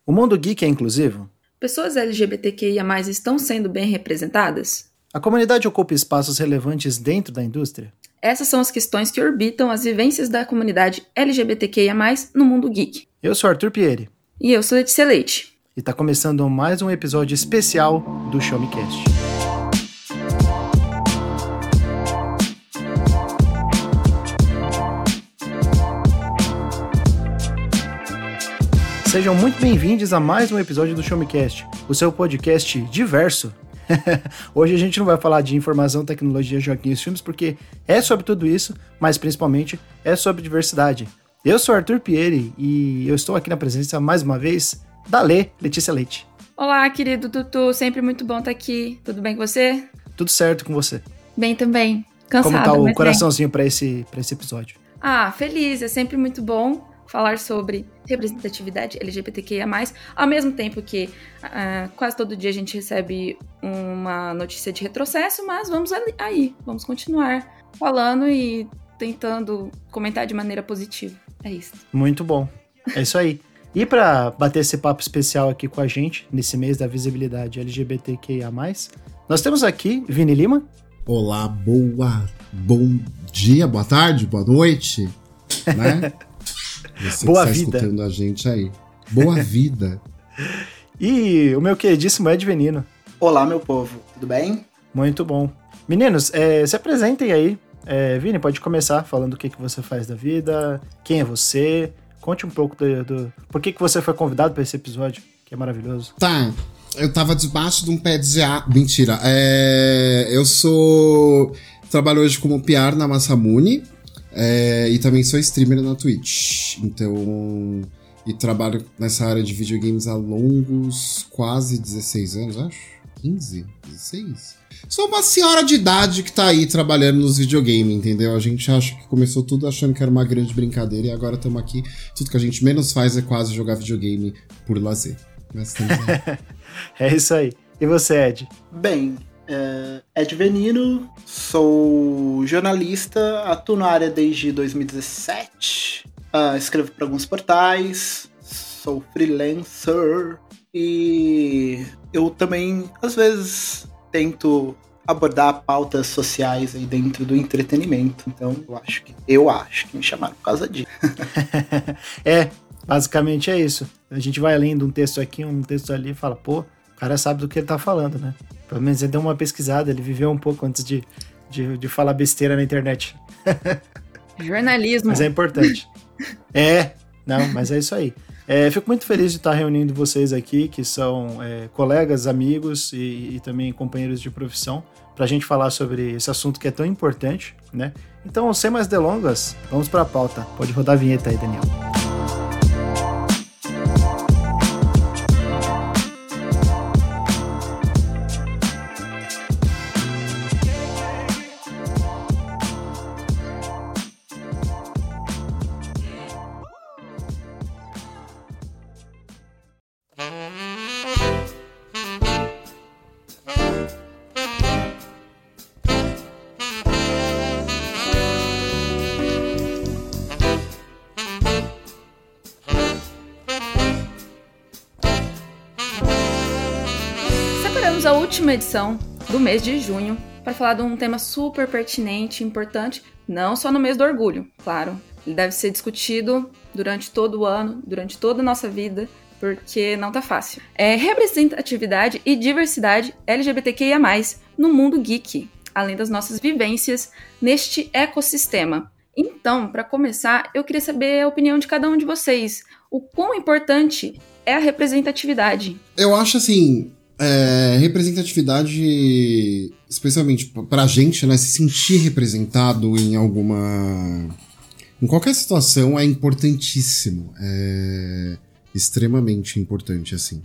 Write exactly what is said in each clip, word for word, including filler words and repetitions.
O mundo geek é inclusivo? Pessoas L G B T Q I A mais, estão sendo bem representadas? A comunidade ocupa espaços relevantes dentro da indústria? Essas são as questões que orbitam as vivências da comunidade L G B T Q I A mais, no mundo geek. Eu sou Arthur Pieri. E eu sou Letícia Leite. E tá começando mais um episódio especial do Show Me Cast. Sejam muito bem-vindos a mais um episódio do Show Me Cast, o seu podcast diverso. Hoje a gente não vai falar de informação, tecnologia, joguinhos, filmes, porque é sobre tudo isso, mas principalmente é sobre diversidade. Eu sou Arthur Pieri e eu estou aqui na presença, mais uma vez, da Lê, Letícia Leite. Olá, querido Tutu, sempre muito bom estar aqui. Tudo bem com você? Tudo certo com você? Bem também. Cansado, Como tá o mas coraçãozinho para esse, pra esse episódio? Ah, feliz, é sempre muito bom falar sobre representatividade L G B T Q I A mais, ao mesmo tempo que uh, quase todo dia a gente recebe uma notícia de retrocesso, mas vamos aí, vamos continuar falando e tentando comentar de maneira positiva. É isso. Muito bom, é isso aí. E para bater esse papo especial aqui com a gente, nesse mês da visibilidade L G B T Q I A mais, nós temos aqui Vini Lima. Olá, boa, bom dia, boa tarde, boa noite, né? Você boa que está vida. Escutando a gente aí. Boa vida. E o meu queridíssimo Ed Venino. Olá, meu povo. Tudo bem? Muito bom. Meninos, é, se apresentem aí. É, Vini, pode começar falando o que, que você faz da vida, quem é você, conte um pouco do... do por que, que você foi convidado para esse episódio, que é maravilhoso. Tá, eu tava debaixo de um pé de ar... Mentira. É, eu sou... Trabalho hoje como P R na Massamune. É, e também sou streamer na Twitch, então, e trabalho nessa área de videogames há longos, quase dezesseis anos, acho, quinze, dezesseis. Sou uma senhora de idade que tá aí trabalhando nos videogames, entendeu? A gente acha que começou tudo achando que era uma grande brincadeira e agora estamos aqui, tudo que a gente menos faz é quase jogar videogame por lazer. Mas é isso aí. E você, Ed? Bem... É, Ed Venino, sou jornalista, atuo na área desde dois mil e dezessete, uh, escrevo para alguns portais, sou freelancer e eu também, às vezes, tento abordar pautas sociais aí dentro do entretenimento, então eu acho que, eu acho que me chamaram por causa disso. É, basicamente é isso. A gente vai lendo um texto aqui, um texto ali e fala, pô, o cara sabe do que ele tá falando, né? Pelo menos ele deu uma pesquisada, ele viveu um pouco antes de, de, de falar besteira na internet. Jornalismo. Mas é importante. É, não, mas é isso aí. É, fico muito feliz de estar reunindo vocês aqui, que são é, colegas, amigos e, e também companheiros de profissão, pra gente falar sobre esse assunto que é tão importante, né? Então, sem mais delongas, vamos pra pauta. Pode rodar a vinheta aí, Daniel. A última edição do mês de junho para falar de um tema super pertinente e importante, não só no mês do orgulho, claro. Ele deve ser discutido durante todo o ano, durante toda a nossa vida, porque não tá fácil. É representatividade e diversidade L G B T Q I A mais, no mundo geek, além das nossas vivências neste ecossistema. Então, para começar, eu queria saber a opinião de cada um de vocês. O quão importante é a representatividade? Eu acho assim... É, representatividade, especialmente pra gente, né, se sentir representado em alguma... em qualquer situação é importantíssimo, é extremamente importante, assim.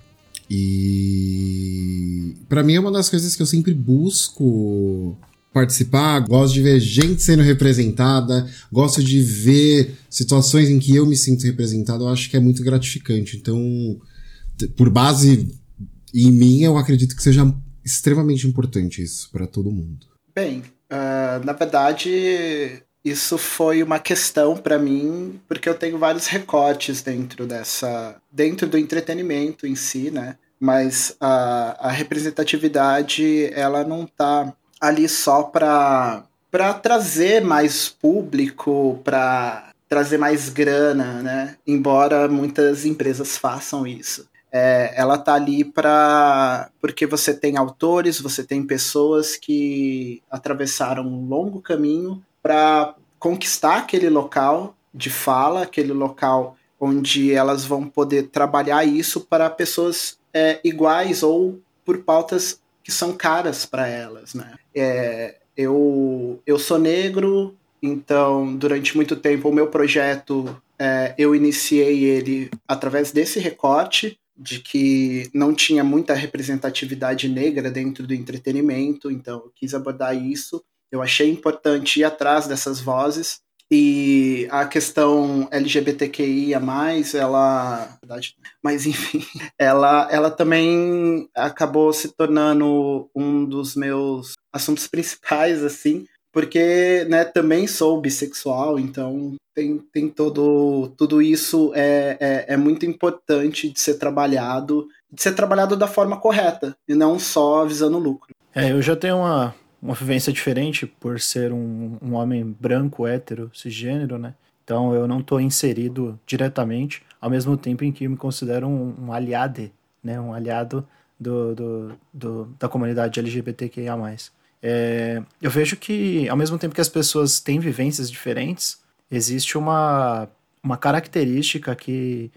E pra mim é uma das coisas que eu sempre busco participar, gosto de ver gente sendo representada, gosto de ver situações em que eu me sinto representado, eu acho que é muito gratificante. Então, por base... E em mim, eu acredito que seja extremamente importante isso para todo mundo. Bem, uh, na verdade, isso foi uma questão para mim, porque eu tenho vários recortes dentro dessa, dentro do entretenimento em si, né? Mas a, a representatividade, ela não tá ali só para para trazer mais público, para trazer mais grana, né? Embora muitas empresas façam isso. É, ela tá ali para porque você tem autores, você tem pessoas que atravessaram um longo caminho para conquistar aquele local de fala, aquele local onde elas vão poder trabalhar isso para pessoas é, iguais ou por pautas que são caras para elas, né? É, eu, eu sou negro, então durante muito tempo o meu projeto é, eu iniciei ele através desse recorte de que não tinha muita representatividade negra dentro do entretenimento, então eu quis abordar isso. Eu achei importante ir atrás dessas vozes. E a questão L G B T Q I a mais, ela... Mas, enfim, ela, ela também acabou se tornando um dos meus assuntos principais, assim, porque, né, também sou bissexual, então tem, tem todo... Tudo isso é, é, é muito importante de ser trabalhado, de ser trabalhado da forma correta, e não só visando lucro. É, eu já tenho uma... uma vivência diferente por ser um, um homem branco, hétero, cisgênero, né? Então eu não estou inserido diretamente, ao mesmo tempo em que eu me considero um, um aliado, né? Um aliado do, do, do, da comunidade L G B T Q I A mais. É, eu vejo que, ao mesmo tempo que as pessoas têm vivências diferentes, existe uma, uma característica que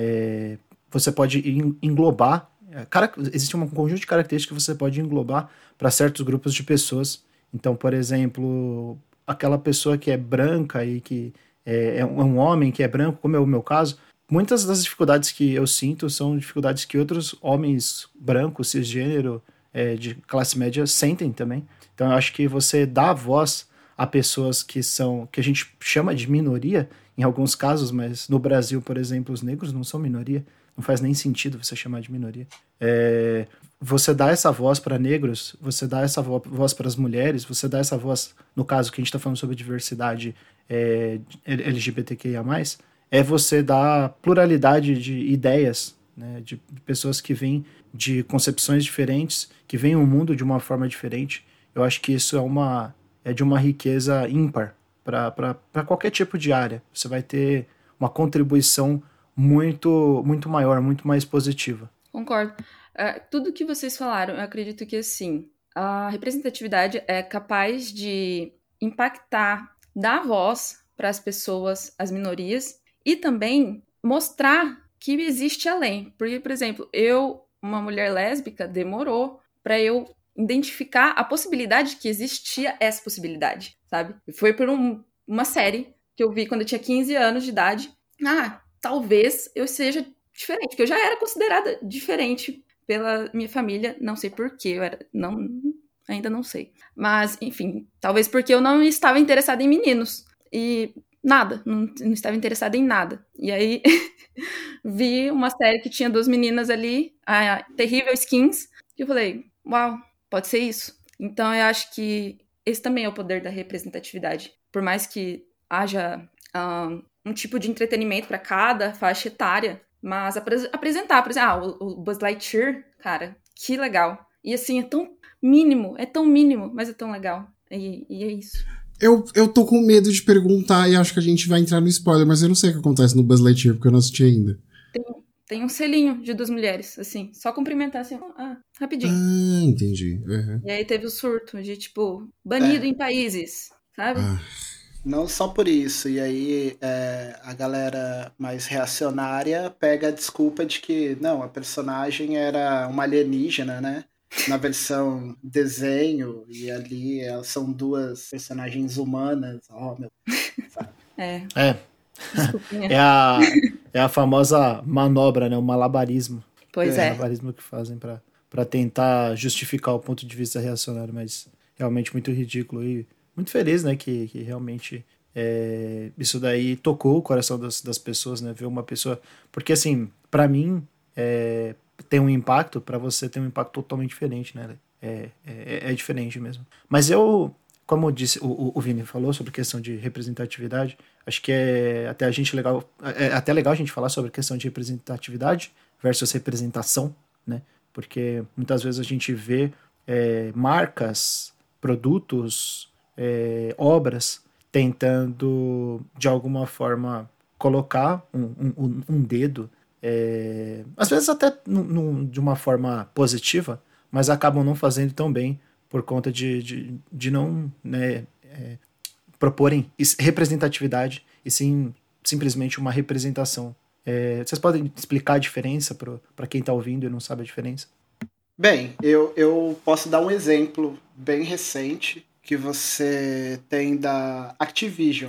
é, você pode englobar. Cara, existe um conjunto de características que você pode englobar para certos grupos de pessoas. Então, por exemplo, aquela pessoa que é branca e que é, é um homem que é branco, como é o meu caso, muitas das dificuldades que eu sinto são dificuldades que outros homens brancos, cisgênero, é, de classe média sentem também. Então, eu acho que você dá voz a pessoas que são, que a gente chama de minoria, em alguns casos, mas no Brasil, por exemplo, os negros não são minoria. Não faz nem sentido você chamar de minoria. É, você dá essa voz para negros, você dá essa vo- voz para as mulheres, você dá essa voz, no caso que a gente está falando sobre diversidade é, L G B T Q I A mais, é você dar pluralidade de ideias, né, de pessoas que vêm de concepções diferentes, que veem o mundo de uma forma diferente. Eu acho que isso é, uma, é de uma riqueza ímpar para qualquer tipo de área. Você vai ter uma contribuição muito, muito maior, muito mais positiva. Concordo. Uh, tudo que vocês falaram, eu acredito que, assim, a representatividade é capaz de impactar, dar voz para as pessoas, as minorias, e também mostrar que existe além. Porque, por exemplo, eu, uma mulher lésbica, demorou para eu identificar a possibilidade que existia essa possibilidade, sabe? Foi por um, uma série que eu vi quando eu tinha quinze anos de idade. Ah, talvez eu seja diferente, porque eu já era considerada diferente pela minha família, não sei porquê, eu era, não, ainda não sei. Mas, enfim, talvez porque eu não estava interessada em meninos, e nada, não, não estava interessada em nada. E aí, vi uma série que tinha duas meninas ali, a Terrível Skins, e eu falei, uau, pode ser isso. Então, eu acho que esse também é o poder da representatividade. Por mais que haja um, um tipo de entretenimento para cada faixa etária, mas apres- apresentar, por exemplo, ah, o, o Buzz Lightyear, cara, que legal. E assim, é tão mínimo, é tão mínimo, mas é tão legal. E, e é isso. Eu, eu tô com medo de perguntar e acho que a gente vai entrar no spoiler, mas eu não sei o que acontece no Buzz Lightyear, porque eu não assisti ainda. Tem, tem um selinho de duas mulheres, assim, só cumprimentar assim, ah, rapidinho. Ah, entendi. Uhum. E aí teve o surto de, tipo, banido é. em países, sabe? Ah. Não só por isso, e aí é, a galera mais reacionária pega a desculpa de que, não, a personagem era uma alienígena, né? Na versão desenho, e ali elas são duas personagens humanas. Oh, meu Deus, sabe? É. É. é, a, é a famosa manobra, né? O malabarismo. Pois é. é. O malabarismo que fazem pra, pra tentar justificar o ponto de vista reacionário, mas realmente muito ridículo. E muito feliz, né? Que, que realmente é, isso daí tocou o coração das, das pessoas, né? Ver uma pessoa... Porque, assim, pra mim... É, tem um impacto, para você tem um impacto totalmente diferente, né? É, é, é diferente mesmo. Mas eu, como disse, o, o Vini falou sobre questão de representatividade, acho que é até, a gente legal, é até legal a gente falar sobre a questão de representatividade versus representação, né? Porque muitas vezes a gente vê é, marcas, produtos, é, obras tentando, de alguma forma, colocar um, um, um dedo, é, às vezes até num, num, de uma forma positiva, mas acabam não fazendo tão bem por conta de, de, de não, né, é, proporem representatividade e sim simplesmente uma representação. É, vocês podem explicar a diferença para quem está ouvindo e não sabe a diferença? Bem, eu, eu posso dar um exemplo bem recente que você tem da Activision.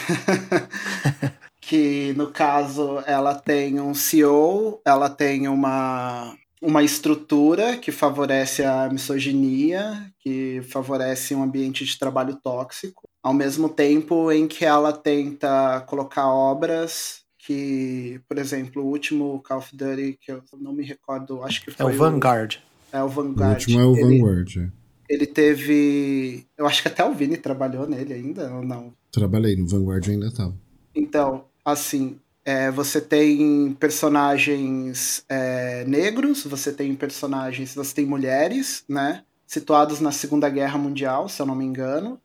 Que, no caso, ela tem um C E O, ela tem uma, uma estrutura que favorece a misoginia, que favorece um ambiente de trabalho tóxico, ao mesmo tempo em que ela tenta colocar obras que, por exemplo, o último Call of Duty, que eu não me recordo, acho que foi É o Vanguard. O, é o Vanguard. O último é o ele, Vanguard, é. Ele teve... Eu acho que até o Vini trabalhou nele ainda, ou não? Trabalhei, no Vanguard ainda tava. Então, assim, é, você tem personagens é, negros, você tem personagens, você tem mulheres, né? Situados na Segunda Guerra Mundial, se eu não me engano.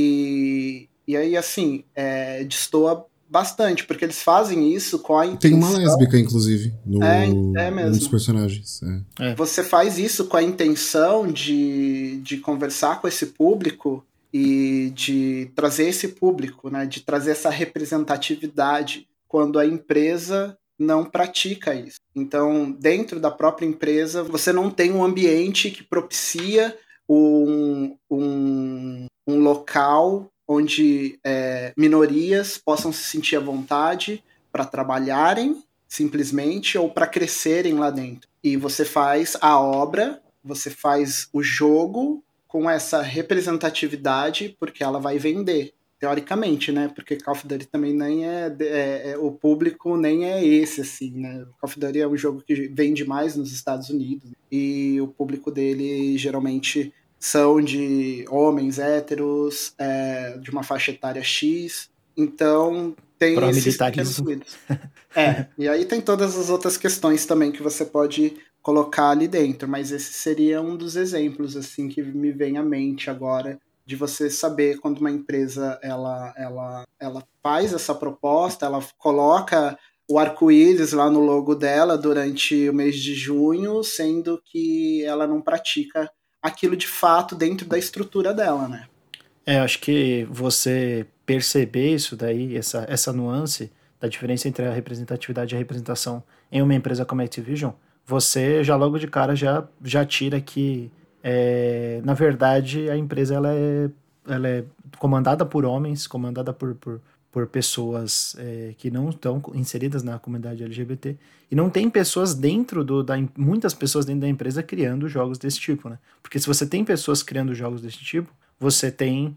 E, e aí, assim, é, destoa bastante, porque eles fazem isso com a intenção... Tem uma lésbica, inclusive, no, é, é mesmo. um dos personagens. É. É. Você faz isso com a intenção de, de conversar com esse público e de trazer esse público, né, de trazer essa representatividade quando a empresa não pratica isso. Então, dentro da própria empresa, você não tem um ambiente que propicia um, um, um local onde é, minorias possam se sentir à vontade para trabalharem simplesmente ou para crescerem lá dentro. E você faz a obra, você faz o jogo com essa representatividade, porque ela vai vender, teoricamente, né? Porque Call of Duty também nem é, é, é... O público nem é esse, assim, né? Call of Duty é um jogo que vende mais nos Estados Unidos, e o público dele, geralmente, são de homens héteros, é, de uma faixa etária X, então tem esses pequenos ruídos. É, e aí tem todas as outras questões também que você pode colocar ali dentro, mas esse seria um dos exemplos, assim, que me vem à mente agora, de você saber quando uma empresa, ela, ela, ela faz essa proposta, ela coloca o arco-íris lá no logo dela durante o mês de junho, sendo que ela não pratica aquilo de fato dentro da estrutura dela, né? É, acho que você perceber isso daí, essa, essa nuance da diferença entre a representatividade e a representação em uma empresa como a Activision, você já logo de cara já, já tira que, é, na verdade, a empresa ela é, ela é comandada por homens, comandada por, por, por pessoas é, que não estão inseridas na comunidade L G B T, e não tem pessoas dentro do, da, muitas pessoas dentro da empresa criando jogos desse tipo, né? Porque se você tem pessoas criando jogos desse tipo, você tem...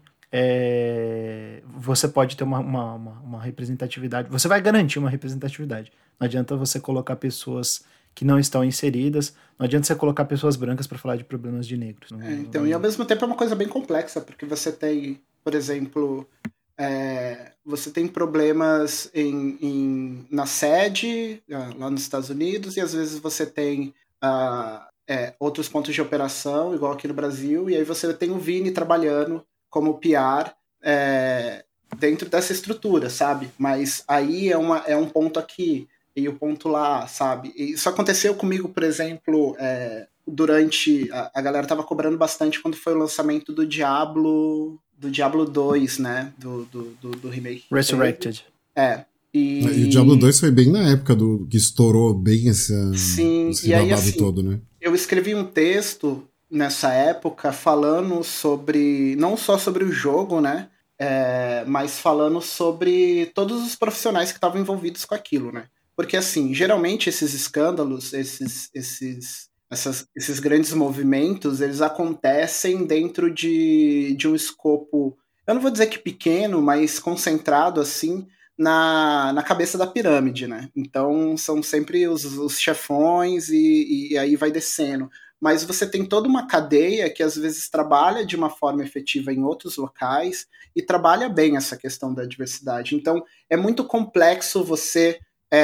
É, você pode ter uma, uma, uma, uma representatividade, você vai garantir uma representatividade. Não adianta você colocar pessoas que não estão inseridas, não adianta você colocar pessoas brancas para falar de problemas de negros. Não, é, então, não... e ao mesmo tempo é uma coisa bem complexa, porque você tem, por exemplo, é, você tem problemas em, em, na sede, lá nos Estados Unidos, e às vezes você tem uh, é, outros pontos de operação, igual aqui no Brasil, e aí você tem o Vini trabalhando como P R é, dentro dessa estrutura, sabe? Mas aí é, uma, é um ponto aqui e o ponto lá, sabe? E isso aconteceu comigo, por exemplo, é, durante... A, a galera tava cobrando bastante quando foi o lançamento do Diablo do Diablo dois, né? Do, do, do, do remake. Resurrected. É. E... e o Diablo dois foi bem na época do que estourou bem esse, Sim, esse e aí, babado assim, todo, né? Eu escrevi um texto nessa época falando sobre, não só sobre o jogo, né, é, mas falando sobre todos os profissionais que estavam envolvidos com aquilo, né, porque assim, geralmente esses escândalos, esses, esses, essas, esses grandes movimentos, eles acontecem dentro de, de um escopo, eu não vou dizer que pequeno, mas concentrado assim, na, na cabeça da pirâmide, né, então são sempre os, os chefões e, e aí vai descendo. mas você tem toda uma cadeia que às vezes trabalha de uma forma efetiva em outros locais e trabalha bem essa questão da diversidade. Então, é muito complexo você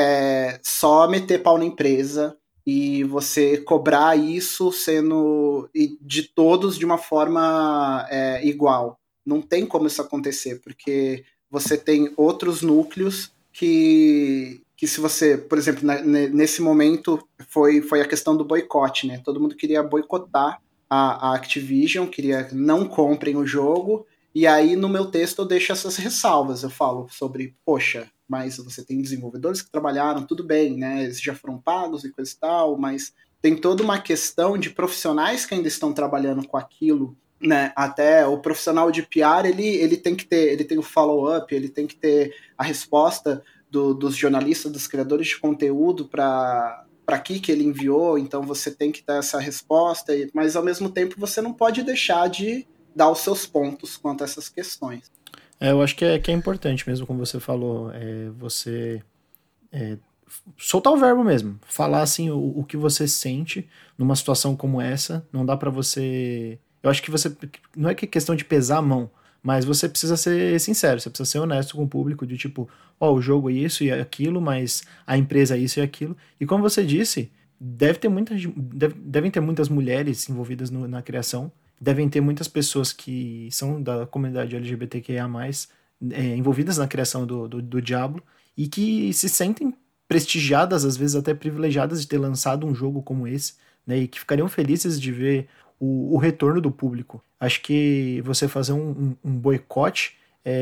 é, só meter pau na empresa e você cobrar isso sendo de todos de uma forma é, igual. Não tem como isso acontecer, porque você tem outros núcleos que, que se você, por exemplo, na, nesse momento foi, foi a questão do boicote, né? Todo mundo queria boicotar a, a Activision, queria não comprem o jogo, e aí no meu texto eu deixo essas ressalvas, eu falo sobre, poxa, mas você tem desenvolvedores que trabalharam, tudo bem, né? Eles já foram pagos e coisa e tal, mas tem toda uma questão de profissionais que ainda estão trabalhando com aquilo, né? Até o profissional de P R, ele, ele tem que ter, ele tem o follow-up, ele tem que ter a resposta do, dos jornalistas, dos criadores de conteúdo para para que que ele enviou, então você tem que dar essa resposta, mas ao mesmo tempo você não pode deixar de dar os seus pontos quanto a essas questões. É, eu acho que é, que é importante mesmo, como você falou, é, você é, soltar o verbo mesmo, falar assim o, o que você sente numa situação como essa. Não dá pra você... Eu acho que você... Não é que é questão de pesar a mão, mas você precisa ser sincero, você precisa ser honesto com o público, de tipo, ó, oh, o jogo é isso e aquilo, mas a empresa é isso e aquilo. E como você disse, deve ter muitas, deve, devem ter muitas mulheres envolvidas no, na criação, devem ter muitas pessoas que são da comunidade L G B T Q I A mais, é, envolvidas na criação do, do, do Diablo, e que se sentem prestigiadas, às vezes até privilegiadas de ter lançado um jogo como esse, né, e que ficariam felizes de ver o, o retorno do público. Acho que você fazer um, um, um boicote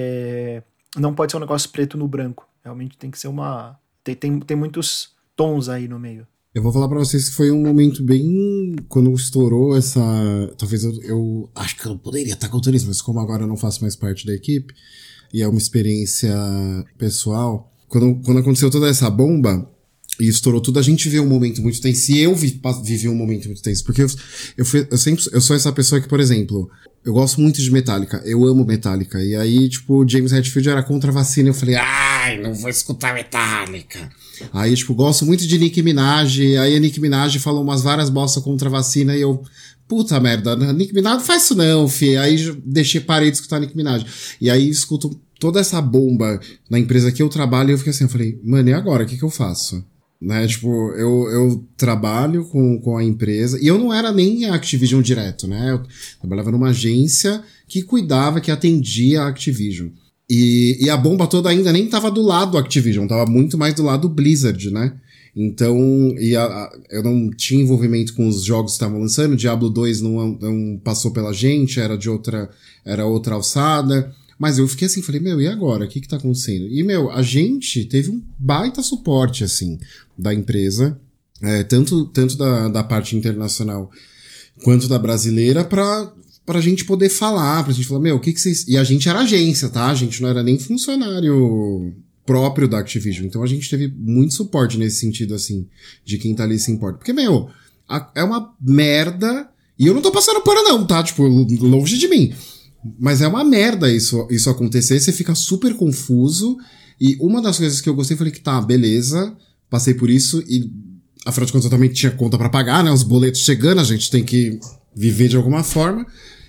é, não pode ser um negócio preto no branco. Realmente tem que ser uma... Tem, tem, tem muitos tons aí no meio. Eu vou falar pra vocês que foi um momento bem... Quando estourou essa... Talvez eu, eu acho que eu poderia estar contando isso, mas como agora eu não faço mais parte da equipe, e é uma experiência pessoal, quando, quando aconteceu toda essa bomba e estourou tudo, a gente viveu um momento muito tenso. E eu vi, vivi um momento muito tenso, porque eu, eu, fui, eu sempre eu sou essa pessoa que, por exemplo, eu gosto muito de Metallica, eu amo Metallica, e aí, tipo, o James Hetfield era contra a vacina, e eu falei, ai, não vou escutar Metallica. Aí, tipo, gosto muito de Nicki Minaj, aí a Nicki Minaj falou umas várias bosta contra a vacina, e eu, puta merda, Nicki Minaj não faz isso não, fi. Aí deixei, parei de escutar Nicki Minaj. E aí escuto toda essa bomba na empresa que eu trabalho, e eu fiquei assim, eu falei, mano, e agora, o que que eu faço? Né, tipo, eu, eu trabalho com, com a empresa, e eu não era nem a Activision direto, né, eu trabalhava numa agência que cuidava, que atendia a Activision, e, e a bomba toda ainda nem tava do lado do Activision, tava muito mais do lado do Blizzard, né, então, e a, a, eu não tinha envolvimento com os jogos que estavam lançando, Diablo dois não, não passou pela gente, era de outra, era outra alçada. Mas eu fiquei assim, falei, meu, e agora? O que que tá acontecendo? E, meu, a gente teve um baita suporte, assim, da empresa, é, tanto, tanto da, da parte internacional quanto da brasileira, pra, pra gente poder falar, pra gente falar, meu, o que que vocês... E a gente era agência, tá? A gente não era nem funcionário próprio da Activision. Então a gente teve muito suporte nesse sentido, assim, de quem tá ali se importa. Porque, meu, a, é uma merda... E eu não tô passando pano não, tá? Tipo, longe de mim. Mas é uma merda isso, isso acontecer, você fica super confuso, e uma das coisas que eu gostei, falei que tá, beleza, passei por isso, e afinal de contas eu também tinha conta pra pagar, né, os boletos chegando, a gente tem que viver de alguma forma,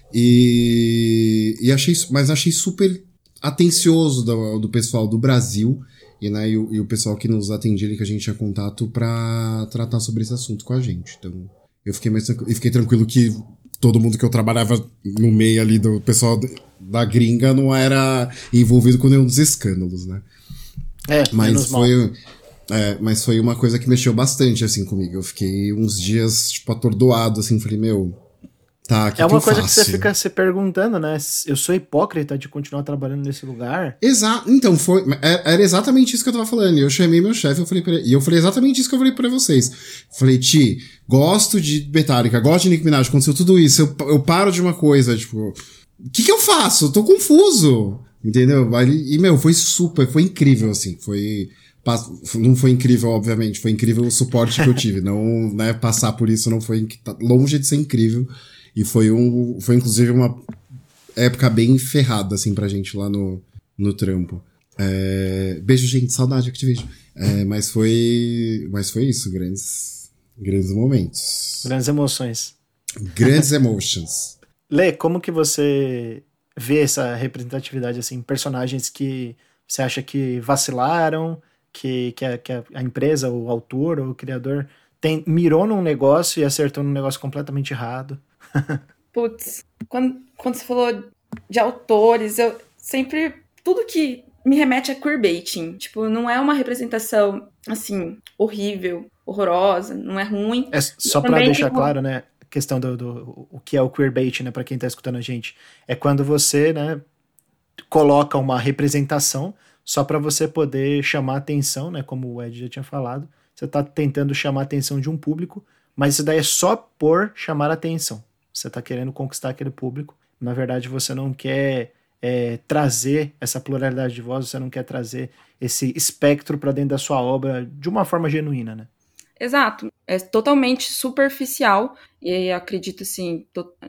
e, e achei, mas achei super atencioso do, do pessoal do Brasil, e, né, e, o, e o pessoal que nos atendia ali, que a gente tinha contato pra tratar sobre esse assunto com a gente, então eu fiquei mais tranquilo, e fiquei tranquilo que todo mundo que eu trabalhava no meio ali do pessoal da gringa não era envolvido com nenhum dos escândalos, né? É, mas foi, é, mas foi uma coisa que mexeu bastante, assim, comigo. Eu fiquei uns dias, tipo, atordoado, assim, falei, meu, tá, que É uma que coisa faço? que você fica se perguntando, né? Eu sou hipócrita de continuar trabalhando nesse lugar? Exato, então, foi, era exatamente isso que eu tava falando. Eu chamei meu chefe, eu falei pra ele, e eu falei exatamente isso que eu falei pra vocês. Falei, Ti, gosto de Metallica, gosto de Nicki Minaj, aconteceu tudo isso, eu, eu paro de uma coisa, tipo, o que que eu faço? Eu tô confuso, entendeu? E, meu, foi super, foi incrível, assim, foi, não foi incrível, obviamente, foi incrível o suporte que eu tive, não, né, passar por isso não foi, longe de ser incrível, e foi um, foi inclusive uma época bem ferrada, assim, pra gente lá no, no trampo. É, beijo, gente, saudade Activision. É, mas foi, mas foi isso, grandes... Grandes momentos. Grandes emoções. Grandes emotions. Lê, como que você vê essa representatividade, assim, personagens que você acha que vacilaram, que, que, a, que a empresa, o autor ou o criador tem, mirou num negócio e acertou num negócio completamente errado? Putz, quando, quando você falou de autores, eu sempre... Tudo que me remete a queerbaiting. Tipo, não é uma representação, assim, horrível, horrorosa, não é ruim. É só pra deixar claro, né, a questão do, do o que é o queerbaiting, né, pra quem tá escutando a gente. É quando você, né, coloca uma representação só pra você poder chamar a atenção, né, como o Ed já tinha falado. Você tá tentando chamar a atenção de um público, mas isso daí é só por chamar a atenção. Você tá querendo conquistar aquele público. Na verdade, você não quer é, trazer essa pluralidade de voz, você não quer trazer esse espectro pra dentro da sua obra de uma forma genuína, né? Exato, é totalmente superficial, e acredito assim,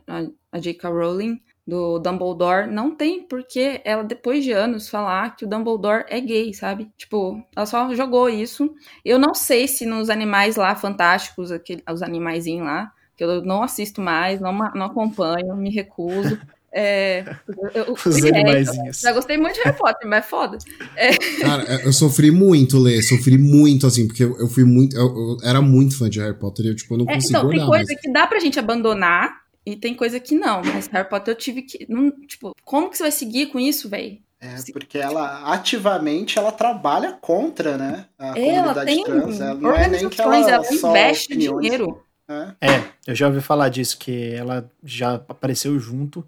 a J K. Rowling, do Dumbledore, não tem porque ela, depois de anos, falar que o Dumbledore é gay, sabe? Tipo, ela só jogou isso. Eu não sei se nos animais lá, fantásticos, aquele, os animaizinhos lá, que eu não assisto mais, não, não acompanho, me recuso. É, eu, Os eu, animaizinhos. Já gostei muito de Harry Potter, mas é foda. É. Cara, eu sofri muito, Lê, sofri muito, assim, porque eu, eu fui muito, eu, eu era muito fã de Harry Potter e eu, tipo, eu não É, consigo então, olhar. tem coisa mas... que dá pra gente abandonar e tem coisa que não, mas Harry Potter eu tive que, não, tipo, como que você vai seguir com isso, velho? É, porque ela, ativamente, ela trabalha contra, né, a Ela comunidade tem trans. Ela, não é nem que ela, ela só investe opiniões. dinheiro. É. É, eu já ouvi falar disso, que ela já apareceu junto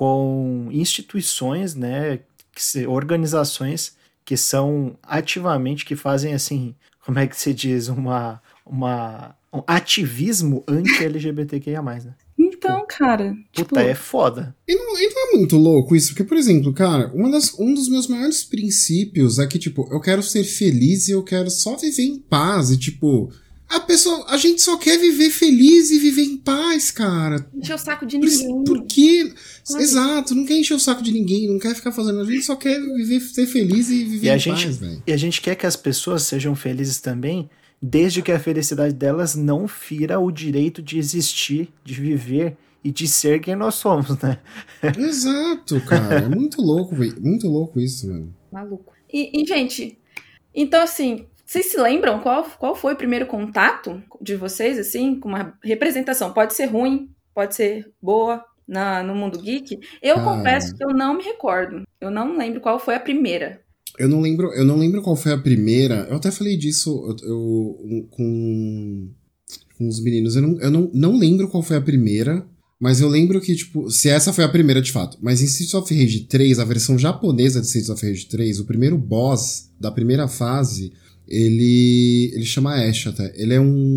com instituições, né, que se, organizações que são ativamente, que fazem assim, como é que se diz, uma, uma, um ativismo anti-L G B T Q I A mais, né? Então, tipo, cara... Puta, tipo... é foda. E não, e não é muito louco isso? Porque, por exemplo, cara, uma das, um dos meus maiores princípios é que, tipo, eu quero ser feliz e eu quero só viver em paz e, tipo... A pessoa, a gente só quer viver feliz e viver em paz, cara. Encher o saco de ninguém. Por quê? Exato, não quer encher o saco de ninguém, não quer ficar fazendo. A gente só quer viver, ser feliz e viver e a em gente, paz, velho. E a gente quer que as pessoas sejam felizes também, desde que a felicidade delas não fira o direito de existir, de viver e de ser quem nós somos, né? Exato, cara. É muito louco, velho. Muito louco isso, mano. Maluco. E, e, gente, então assim... Vocês se lembram qual, qual foi o primeiro contato de vocês, assim, com uma representação? Pode ser ruim, pode ser boa na, no mundo geek. Eu ah, confesso que eu não me recordo. Eu não lembro qual foi a primeira. Eu não lembro, eu não lembro qual foi a primeira. Eu até falei disso eu, eu, com, com os meninos. Eu, não, eu não, não lembro qual foi a primeira, mas eu lembro que, tipo, se essa foi a primeira de fato. Mas em Streets of Rage três, a versão japonesa de Streets of Rage três, o primeiro boss da primeira fase... Ele, ele chama Ash até. Ele é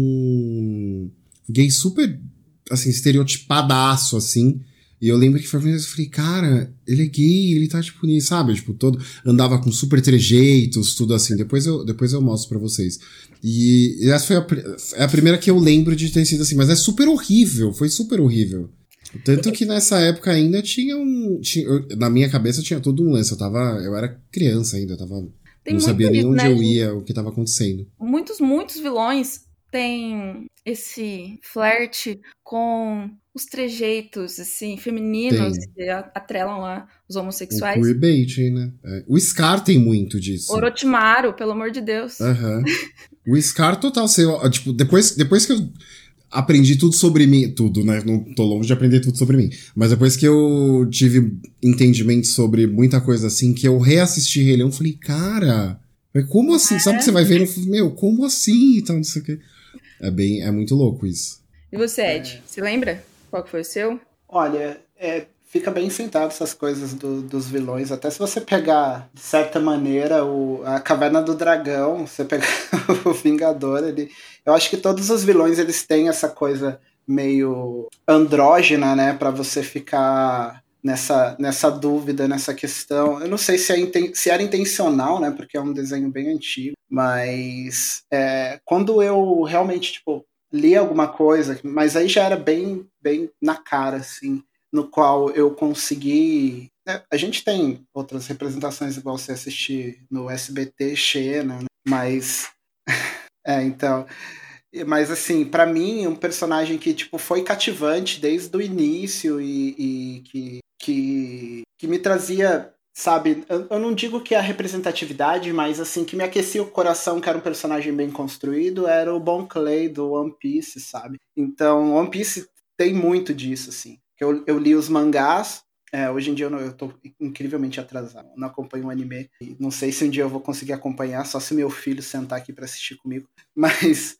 um gay super, assim, estereotipadaço, assim. E eu lembro que foi a primeira vez que eu falei, cara, ele é gay, ele tá, tipo, nisso, sabe? Tipo, todo, andava com super trejeitos, tudo assim. Depois eu, depois eu mostro pra vocês. E, e essa foi a, é a primeira que eu lembro de ter sido assim. Mas é super horrível, foi super horrível. Tanto que nessa época ainda tinha um... Tinha, eu, na minha cabeça tinha todo um lance. Eu tava... Eu era criança ainda, eu tava... Tem não sabia nem isso, onde né? eu ia, o que estava acontecendo. Muitos, muitos vilões têm esse flerte com os trejeitos, assim, femininos, tem. Que atrelam lá os homossexuais. O queerbaiting, né? É. O Scar tem muito disso. Orochimaru, pelo amor de Deus. Uhum. O Scar total, sei, tipo, depois, depois que eu aprendi tudo sobre mim, tudo, né? Não tô longe de aprender tudo sobre mim. Mas depois que eu tive entendimento sobre muita coisa assim, que eu reassisti Rei Leão, falei, cara, como assim? É. Sabe que você vai ver? Meu, como assim? Então, não sei o que. É bem, é muito louco isso. E você, Ed? É. Você lembra qual que foi o seu? Olha, é, fica bem sentado essas coisas do, dos vilões. Até se você pegar, de certa maneira, o, a Caverna do Dragão, você pegar o Vingador, ele... Eu acho que todos os vilões, eles têm essa coisa meio andrógena, né? Pra você ficar nessa, nessa dúvida, nessa questão. Eu não sei se, é, se era intencional, né? Porque é um desenho bem antigo. Mas é, quando eu realmente, tipo, li alguma coisa, mas aí já era bem, bem na cara, assim, no qual eu consegui... Né, a gente tem outras representações, igual você assistir no S B T, Xena, né? Mas... é, então... Mas, assim, pra mim, um personagem que, tipo, foi cativante desde o início e, e que, que, que me trazia, sabe, eu, eu não digo que é a representatividade, mas, assim, que me aquecia o coração, que era um personagem bem construído, era o Bon Clay do One Piece, sabe? Então, One Piece tem muito disso, assim. Eu, eu li os mangás, é, hoje em dia eu, não, eu tô incrivelmente atrasado, não acompanho o anime, e não sei se um dia eu vou conseguir acompanhar, só se meu filho sentar aqui pra assistir comigo, mas...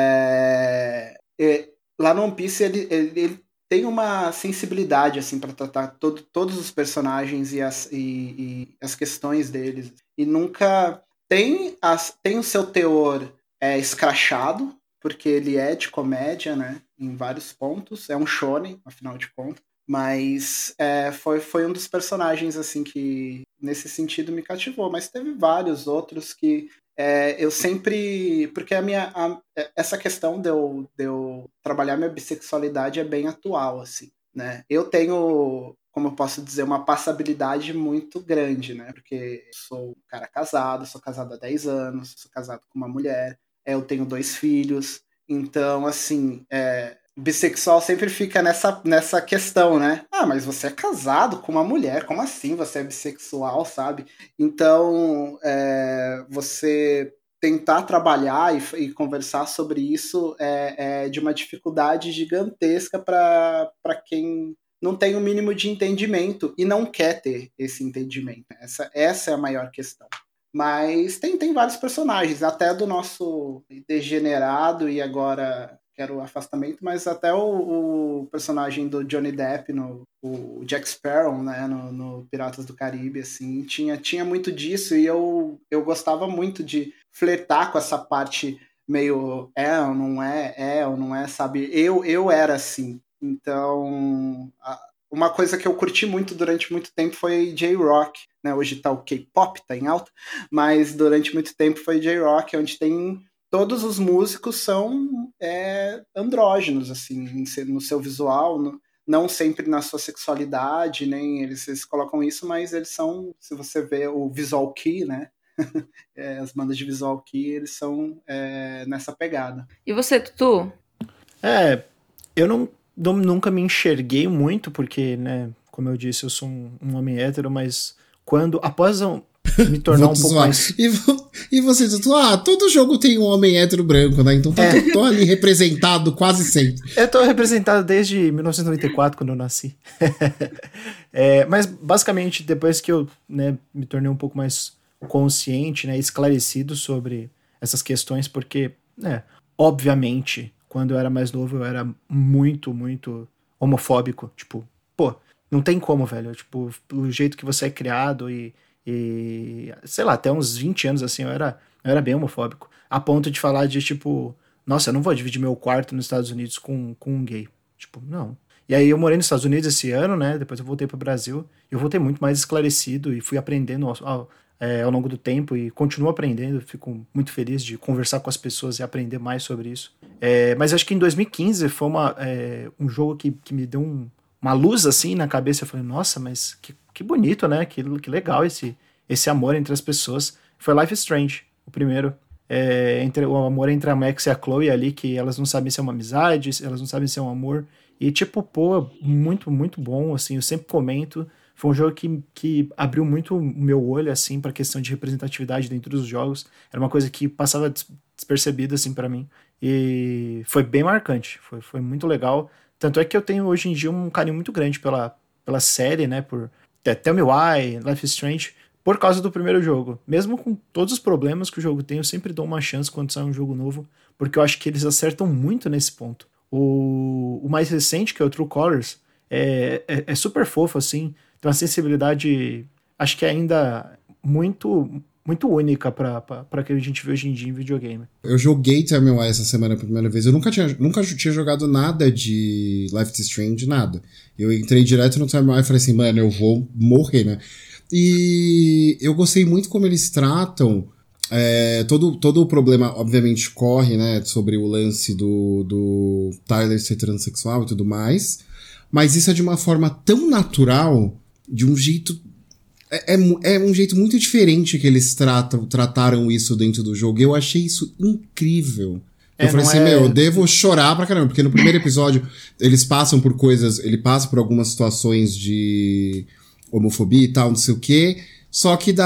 É, é, lá no One Piece ele, ele, ele tem uma sensibilidade assim para tratar todo, todos os personagens e as, e, e as questões deles, e nunca tem, as, tem o seu teor é, escrachado, porque ele é de comédia, né, em vários pontos, é um shonen, afinal de contas, mas é, foi, foi um dos personagens assim que nesse sentido me cativou, mas teve vários outros que É, eu sempre... Porque a minha, a, essa questão de eu, de eu trabalhar minha bissexualidade é bem atual, assim, né? Eu tenho, como eu posso dizer, uma passabilidade muito grande, né? Porque eu sou um cara casado, sou casado há dez anos, sou casado com uma mulher, eu tenho dois filhos, então, assim... É, bissexual sempre fica nessa, nessa questão, né? Ah, mas você é casado com uma mulher, como assim você é bissexual, sabe? Então, é, você tentar trabalhar e, e conversar sobre isso é, é de uma dificuldade gigantesca para quem não tem o mínimo de entendimento e não quer ter esse entendimento. Essa, essa é a maior questão. Mas tem, tem vários personagens, até do nosso degenerado e agora... que era o afastamento, mas até o, o personagem do Johnny Depp, no, o Jack Sparrow, né, no, no Piratas do Caribe, assim, tinha, tinha muito disso, e eu, eu gostava muito de flertar com essa parte meio é ou não é, é ou não é, sabe? Eu, eu era assim. Então, a, uma coisa que eu curti muito durante muito tempo foi J-Rock, né? Hoje tá o K-pop, tá em alta, mas durante muito tempo foi J-Rock, onde tem... Todos os músicos são é, andrógenos, assim, no seu visual, no, não sempre na sua sexualidade, nem eles, eles colocam isso, mas eles são, se você vê o Visual Kei, né, é, as bandas de Visual Kei, eles são é, nessa pegada. E você, Tutu? É, eu não, não, nunca me enxerguei muito, porque, né, como eu disse, eu sou um, um homem hétero, mas quando, após um... me tornar um pouco zoar. mais... E, e você, Tutu, ah, todo jogo tem um homem hétero branco, né? Então tá é. tô ali representado quase sempre. Eu tô representado desde mil novecentos e noventa e quatro, quando eu nasci. é, mas, basicamente, depois que eu, né, me tornei um pouco mais consciente, né, esclarecido sobre essas questões, porque, né, obviamente, quando eu era mais novo, eu era muito, muito homofóbico. Tipo, pô, não tem como, velho. Tipo, o jeito que você é criado e... E, sei lá, até uns vinte anos, assim, eu era, eu era bem homofóbico. A ponto de falar de, tipo, nossa, eu não vou dividir meu quarto nos Estados Unidos com, com um gay. Tipo, não. E aí eu morei nos Estados Unidos esse ano, né? Depois eu voltei pro Brasil. E eu voltei muito mais esclarecido e fui aprendendo ao, ao, é, ao longo do tempo e continuo aprendendo. Fico muito feliz de conversar com as pessoas e aprender mais sobre isso. É, mas acho que em dois mil e quinze foi uma, é, um jogo que, que me deu um, uma luz, assim, na cabeça. Eu falei, nossa, mas que Que bonito, né? Que, que legal esse, esse amor entre as pessoas. Foi Life is Strange, o primeiro. É, entre, o amor entre a Max e a Chloe ali, que elas não sabem se é uma amizade, elas não sabem se é um amor. E, tipo, pô, muito, muito bom, assim, eu sempre comento. Foi um jogo que, que abriu muito o meu olho, assim, pra questão de representatividade dentro dos jogos. Era uma coisa que passava despercebida, assim, pra mim. E foi bem marcante, foi, foi muito legal. Tanto é que eu tenho, hoje em dia, um carinho muito grande pela, pela série, né, por... Tell Me Why, Life is Strange, por causa do primeiro jogo. Mesmo com todos os problemas que o jogo tem, eu sempre dou uma chance quando sai um jogo novo, porque eu acho que eles acertam muito nesse ponto. O, o mais recente, que é o True Colors, é, é, é super fofo, assim, tem uma sensibilidade, acho que ainda muito, muito única para para que a gente vê hoje em dia em videogame. Eu joguei Tell Me Why essa semana pela primeira vez. Eu nunca tinha, nunca tinha jogado nada de Life is Strange, nada. Eu entrei direto no Tell Me Why e falei assim, mano, eu vou morrer, né? E eu gostei muito como eles tratam é, todo, todo o problema, obviamente, corre, né, sobre o lance do, do Tyler ser transexual e tudo mais, mas isso é de uma forma tão natural, de um jeito... É, é, é um jeito muito diferente que eles tratam, trataram isso dentro do jogo. Eu achei isso incrível, Eu falei assim, é... meu, eu devo chorar pra caramba, porque no primeiro episódio eles passam por coisas, ele passa por algumas situações de homofobia e tal, não sei o quê, só que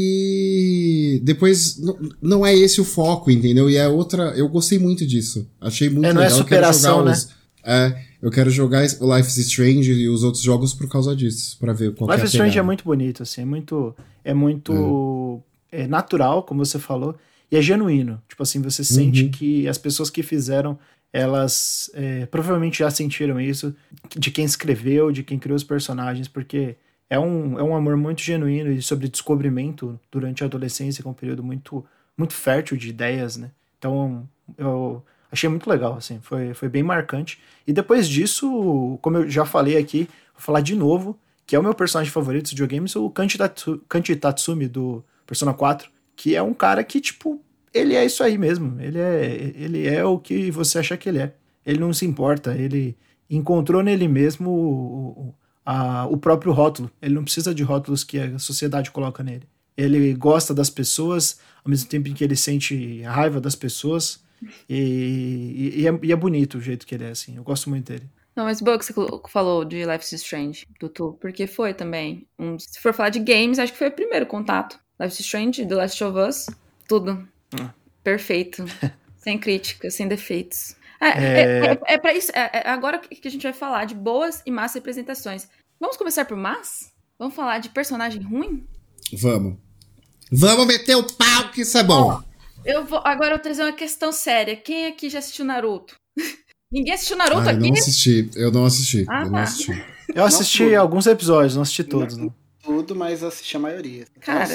daí depois não, não é esse o foco, entendeu? E é outra, eu gostei muito disso, achei muito é, legal. Não é superação, né? Os, é, eu quero jogar o Life is Strange e os outros jogos por causa disso, pra ver qual Life que é is Strange é muito bonito, assim, é muito, é muito é. É natural, como você falou, e é genuíno. Tipo assim, você sente uhum. que as pessoas que fizeram, elas é, provavelmente já sentiram isso, de quem escreveu, de quem criou os personagens, porque é um, é um amor muito genuíno e sobre descobrimento durante a adolescência, que é um período muito, muito fértil de ideias, né? Então, eu achei muito legal, assim, foi, foi bem marcante. E depois disso, como eu já falei aqui, vou falar de novo, que é o meu personagem favorito dos videogames, o Kanji, Tatsu, Kanji Tatsumi, do Persona quatro, que é um cara que, tipo, ele é isso aí mesmo. Ele é, ele é o que você acha que ele é. Ele não se importa, ele encontrou nele mesmo o, a, o próprio rótulo. Ele não precisa de rótulos que a sociedade coloca nele. Ele gosta das pessoas, ao mesmo tempo em que ele sente raiva das pessoas, e, e, e, é, e é bonito o jeito que ele é, assim. Eu gosto muito dele. Não, mas boa que você falou de Life is Strange, Tutu, porque foi também, um, se for falar de games, acho que foi o primeiro contato. Life is Strange, The Last of Us, tudo. Hum. Perfeito. Sem críticas, sem defeitos. É, é... é, é, é pra isso. É, é agora que a gente vai falar de boas e más representações. Vamos começar por más? Vamos falar de personagem ruim? Vamos. Vamos meter o pau, que isso é bom. Eu vou, agora eu vou trazer uma questão séria. Quem aqui já assistiu Naruto? Ninguém assistiu Naruto ah, aqui? Eu não assisti. Eu não assisti. Ah, eu, tá. não assisti. eu assisti não alguns episódios, não assisti todos. Não. Tudo, mas assisti a maioria. Cara,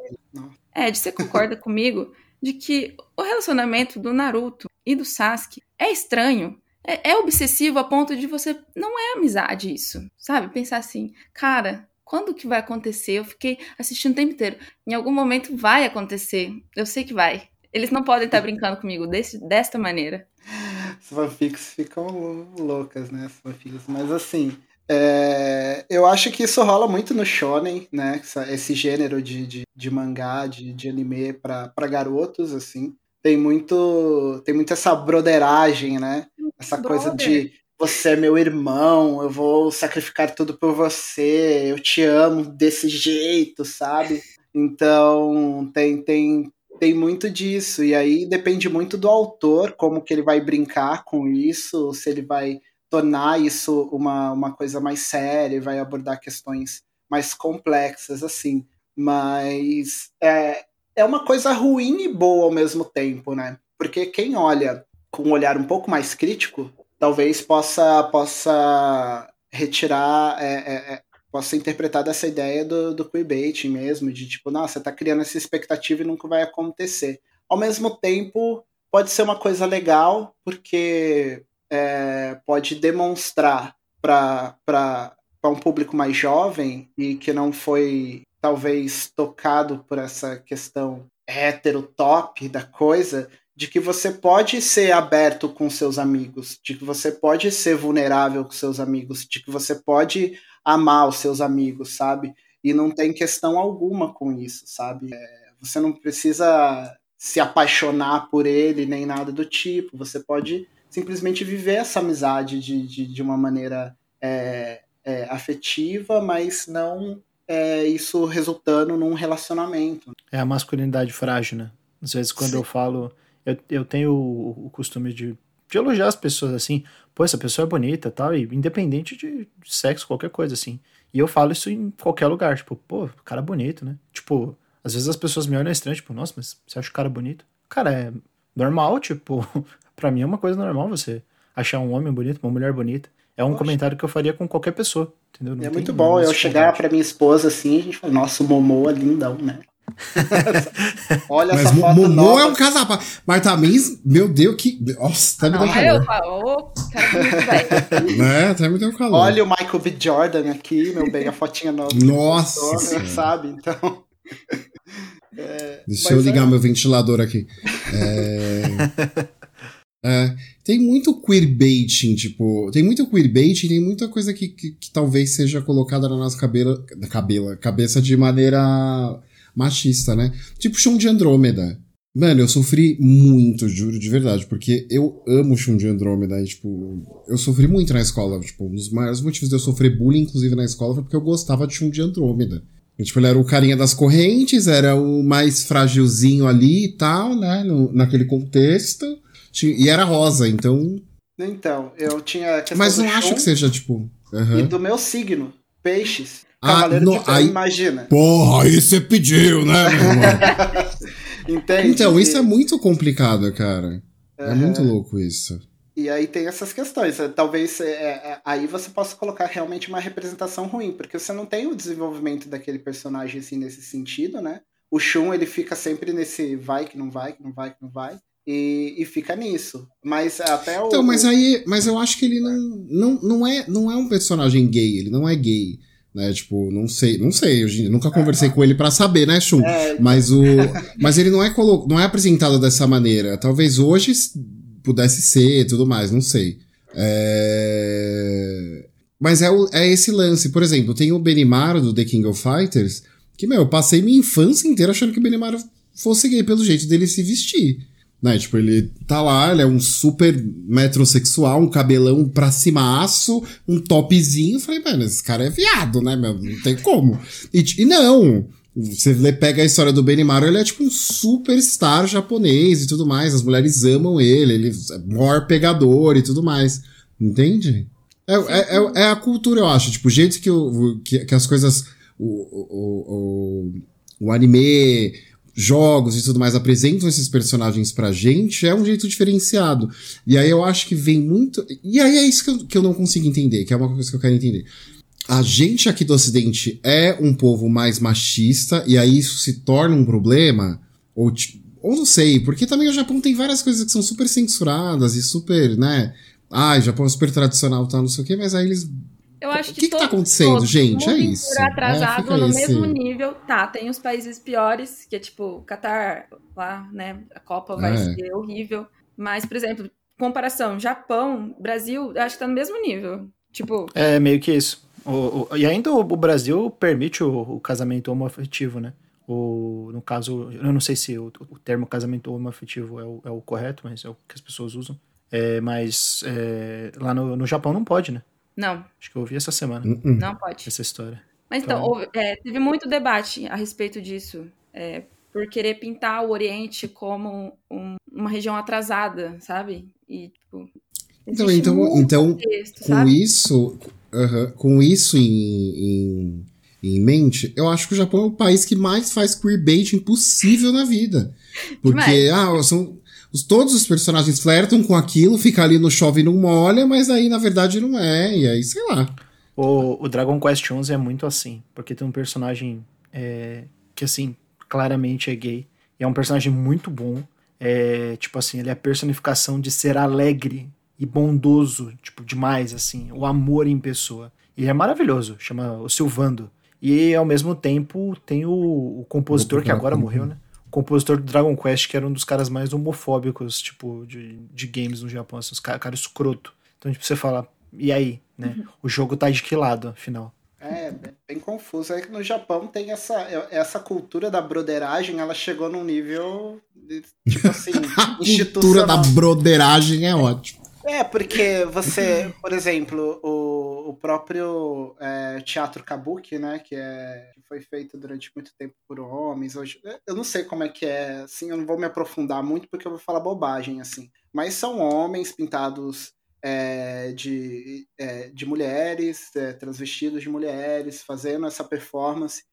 Ed, você concorda comigo de que o relacionamento do Naruto e do Sasuke é estranho? É, é obsessivo a ponto de você... Não é amizade isso, sabe? Pensar assim, cara, quando que vai acontecer? Eu fiquei assistindo o tempo inteiro. Em algum momento vai acontecer. Eu sei que vai. Eles não podem estar brincando comigo desse, desta maneira. As fanfics ficam loucas, né? As fanfics. Mas assim... É, eu acho que isso rola muito no shonen, né? Esse gênero de, de, de mangá, de, de anime para garotos, assim. Tem muito, tem muito essa broderagem, né? Essa Brother. coisa de você é meu irmão, eu vou sacrificar tudo por você, eu te amo desse jeito, sabe? Então tem, tem, tem muito disso. E aí depende muito do autor, como que ele vai brincar com isso, se ele vai tornar isso uma, uma coisa mais séria, vai abordar questões mais complexas, assim. Mas é, é uma coisa ruim e boa ao mesmo tempo, né? Porque quem olha com um olhar um pouco mais crítico, talvez possa, possa retirar, é, é, é, possa interpretar dessa ideia do, do queerbaiting mesmo, de tipo, nossa, você tá criando essa expectativa e nunca vai acontecer. Ao mesmo tempo, pode ser uma coisa legal, porque... É, pode demonstrar para um público mais jovem e que não foi, talvez, tocado por essa questão hétero-top da coisa, de que você pode ser aberto com seus amigos, de que você pode ser vulnerável com seus amigos, de que você pode amar os seus amigos, sabe? E não tem questão alguma com isso, sabe? É, você não precisa se apaixonar por ele, nem nada do tipo, você pode... simplesmente viver essa amizade de, de, de uma maneira é, é, afetiva, mas não é, isso resultando num relacionamento. É a masculinidade frágil, né? Às vezes quando Sim. eu falo, eu, eu tenho o, o costume de, de elogiar as pessoas assim, pô, essa pessoa é bonita e tal, e independente de sexo, qualquer coisa assim. E eu falo isso em qualquer lugar, tipo, pô, cara bonito, né? Tipo, às vezes as pessoas me olham estranho, tipo, nossa, mas você acha o cara bonito? Cara, é normal, tipo... Pra mim é uma coisa normal você achar um homem bonito, uma mulher bonita. É um Poxa. comentário que eu faria com qualquer pessoa, entendeu? Não é muito bom eu chegar pra minha esposa assim, a gente fala, nossa, o Momoa é lindão, né? Olha Mas essa foto Momoa nova. é um casal. Mas também, meu Deus, que... Nossa, tá me dando calor. Eu falo, cara, muito bem. É, tá me dando calor. Olha o Michael B. Jordan aqui, meu bem, a fotinha nova. Nossa! Postou, sabe? Então... É, Deixa eu ligar é... meu ventilador aqui. É... É, tem muito queerbaiting, tipo, tem muito queerbaiting, tem muita coisa que, que, que talvez seja colocada na nossa cabela, cabela, cabeça de maneira machista, né? Tipo Chão de Andrômeda. Mano, eu sofri muito, juro, de verdade, porque eu amo o Shun de Andrômeda e, tipo, eu sofri muito na escola, tipo, um dos maiores motivos de eu sofrer bullying, inclusive, na escola, foi porque eu gostava de Shun de Andrômeda. E, tipo, ele era o carinha das correntes, era o mais frágilzinho ali e tal, né, no, naquele contexto, e era rosa, então... Então, eu tinha a questão Mas não do acho Shun que seja, tipo... Uhum. e do meu signo, peixes, Ah, cavaleiro no, de ferro, aí, imagina. porra, aí você pediu, né, meu irmão? Entende? Então, E- isso é muito complicado, cara. É Aham. muito louco isso. E aí tem essas questões. É, Talvez é, é, aí você possa colocar realmente uma representação ruim, porque você não tem o desenvolvimento daquele personagem assim nesse sentido, né? O Shun, ele fica sempre nesse vai que não vai, que não vai, que não vai, e, e fica nisso. Mas até o. Então, mas o- aí, mas eu acho que ele não, não, não, é, não é um personagem gay, ele não é gay, né? Tipo, não sei, não sei, eu nunca conversei com ele pra saber, né, Shun? É, Mas o, mas ele não é colo, não é apresentado dessa maneira. Talvez hoje pudesse ser, e tudo mais, não sei. É... Mas é, o, é esse lance, por exemplo, tem o Benimaru do The King of Fighters, que, meu, eu passei minha infância inteira achando que o Benimaru fosse gay pelo jeito dele se vestir. Né, tipo, ele tá lá, ele é um super metrosexual, um cabelão pra cimaço, um topzinho. Eu falei, mano, esse cara é viado, né, meu? Não tem como. E, e não, você pega a história do Benimaru, ele é tipo um superstar japonês e tudo mais. As mulheres amam ele, ele é o maior pegador e tudo mais. Entende? É, é, é, é a cultura, eu acho. Tipo, o jeito que, o, que, que as coisas... O, o, o, o anime... jogos e tudo mais apresentam esses personagens pra gente, é um jeito diferenciado. E aí eu acho que vem muito... E aí é isso que eu, que eu não consigo entender, que é uma coisa que eu quero entender. A gente aqui do Ocidente é um povo mais machista, e aí isso se torna um problema? Ou, ou não sei, porque também o Japão tem várias coisas que são super censuradas e super, né... Ah, o Japão é super tradicional e tal, não sei o quê, mas aí eles... Eu acho O que, que que tá todos- acontecendo, todos, gente? o É mundo isso. inteiro É, atrasado fica no esse- mesmo nível. Tá, tem os países piores, que é tipo, Catar, lá, né? A Copa vai É. ser horrível. Mas, por exemplo, comparação, Japão, Brasil, eu acho que tá no mesmo nível. Tipo, É meio que isso. O, o- e ainda o, o Brasil permite o, o casamento homoafetivo, né? O, no caso, eu não sei se o, o termo casamento homoafetivo é o, é o correto, mas é o que as pessoas usam. É, mas é, lá no, no Japão não pode, né? não, Acho que eu ouvi essa semana, Uh-uh. não pode. essa história. Mas então, Então- houve- é, teve muito debate a respeito disso, é, por querer pintar o Oriente como um- uma região atrasada, sabe? E, tipo, Então, existe então, muito então contexto, com sabe? isso, aham, com isso em, em, em mente, eu acho que o Japão é o país que mais faz queerbaiting possível na vida. Porque, Demais. ah, são, os, todos os personagens flertam com aquilo, fica ali no chove e não molha, mas aí na verdade não é, e aí sei lá. O, o Dragon Quest onze é muito assim, porque tem um personagem é, que, assim, claramente é gay. E é um personagem muito bom. É, tipo assim, ele é a personificação de ser alegre e bondoso, tipo, demais, assim. O amor em pessoa. E é maravilhoso, chama o Sylvando. E, ao mesmo tempo, tem o, o compositor, Vou que procurar agora como- morreu, né? O compositor do Dragon Quest, que era um dos caras mais homofóbicos, tipo, de, de games no Japão. Assim, os cara, cara escroto. Então, tipo, você fala, e aí, né? O jogo tá de que lado, afinal? É, bem, bem confuso. É que no Japão tem essa, essa cultura da broderagem, ela chegou num nível, de, tipo assim, A cultura da institucional. broderagem é ótimo. É, porque você, por exemplo, o, o próprio é, teatro kabuki, né, que, é, que foi feito durante muito tempo por homens, hoje, eu não sei como é que é, assim, eu não vou me aprofundar muito porque eu vou falar bobagem, assim, mas são homens pintados é, de, é, de mulheres, é, transvestidos de mulheres, fazendo essa performance.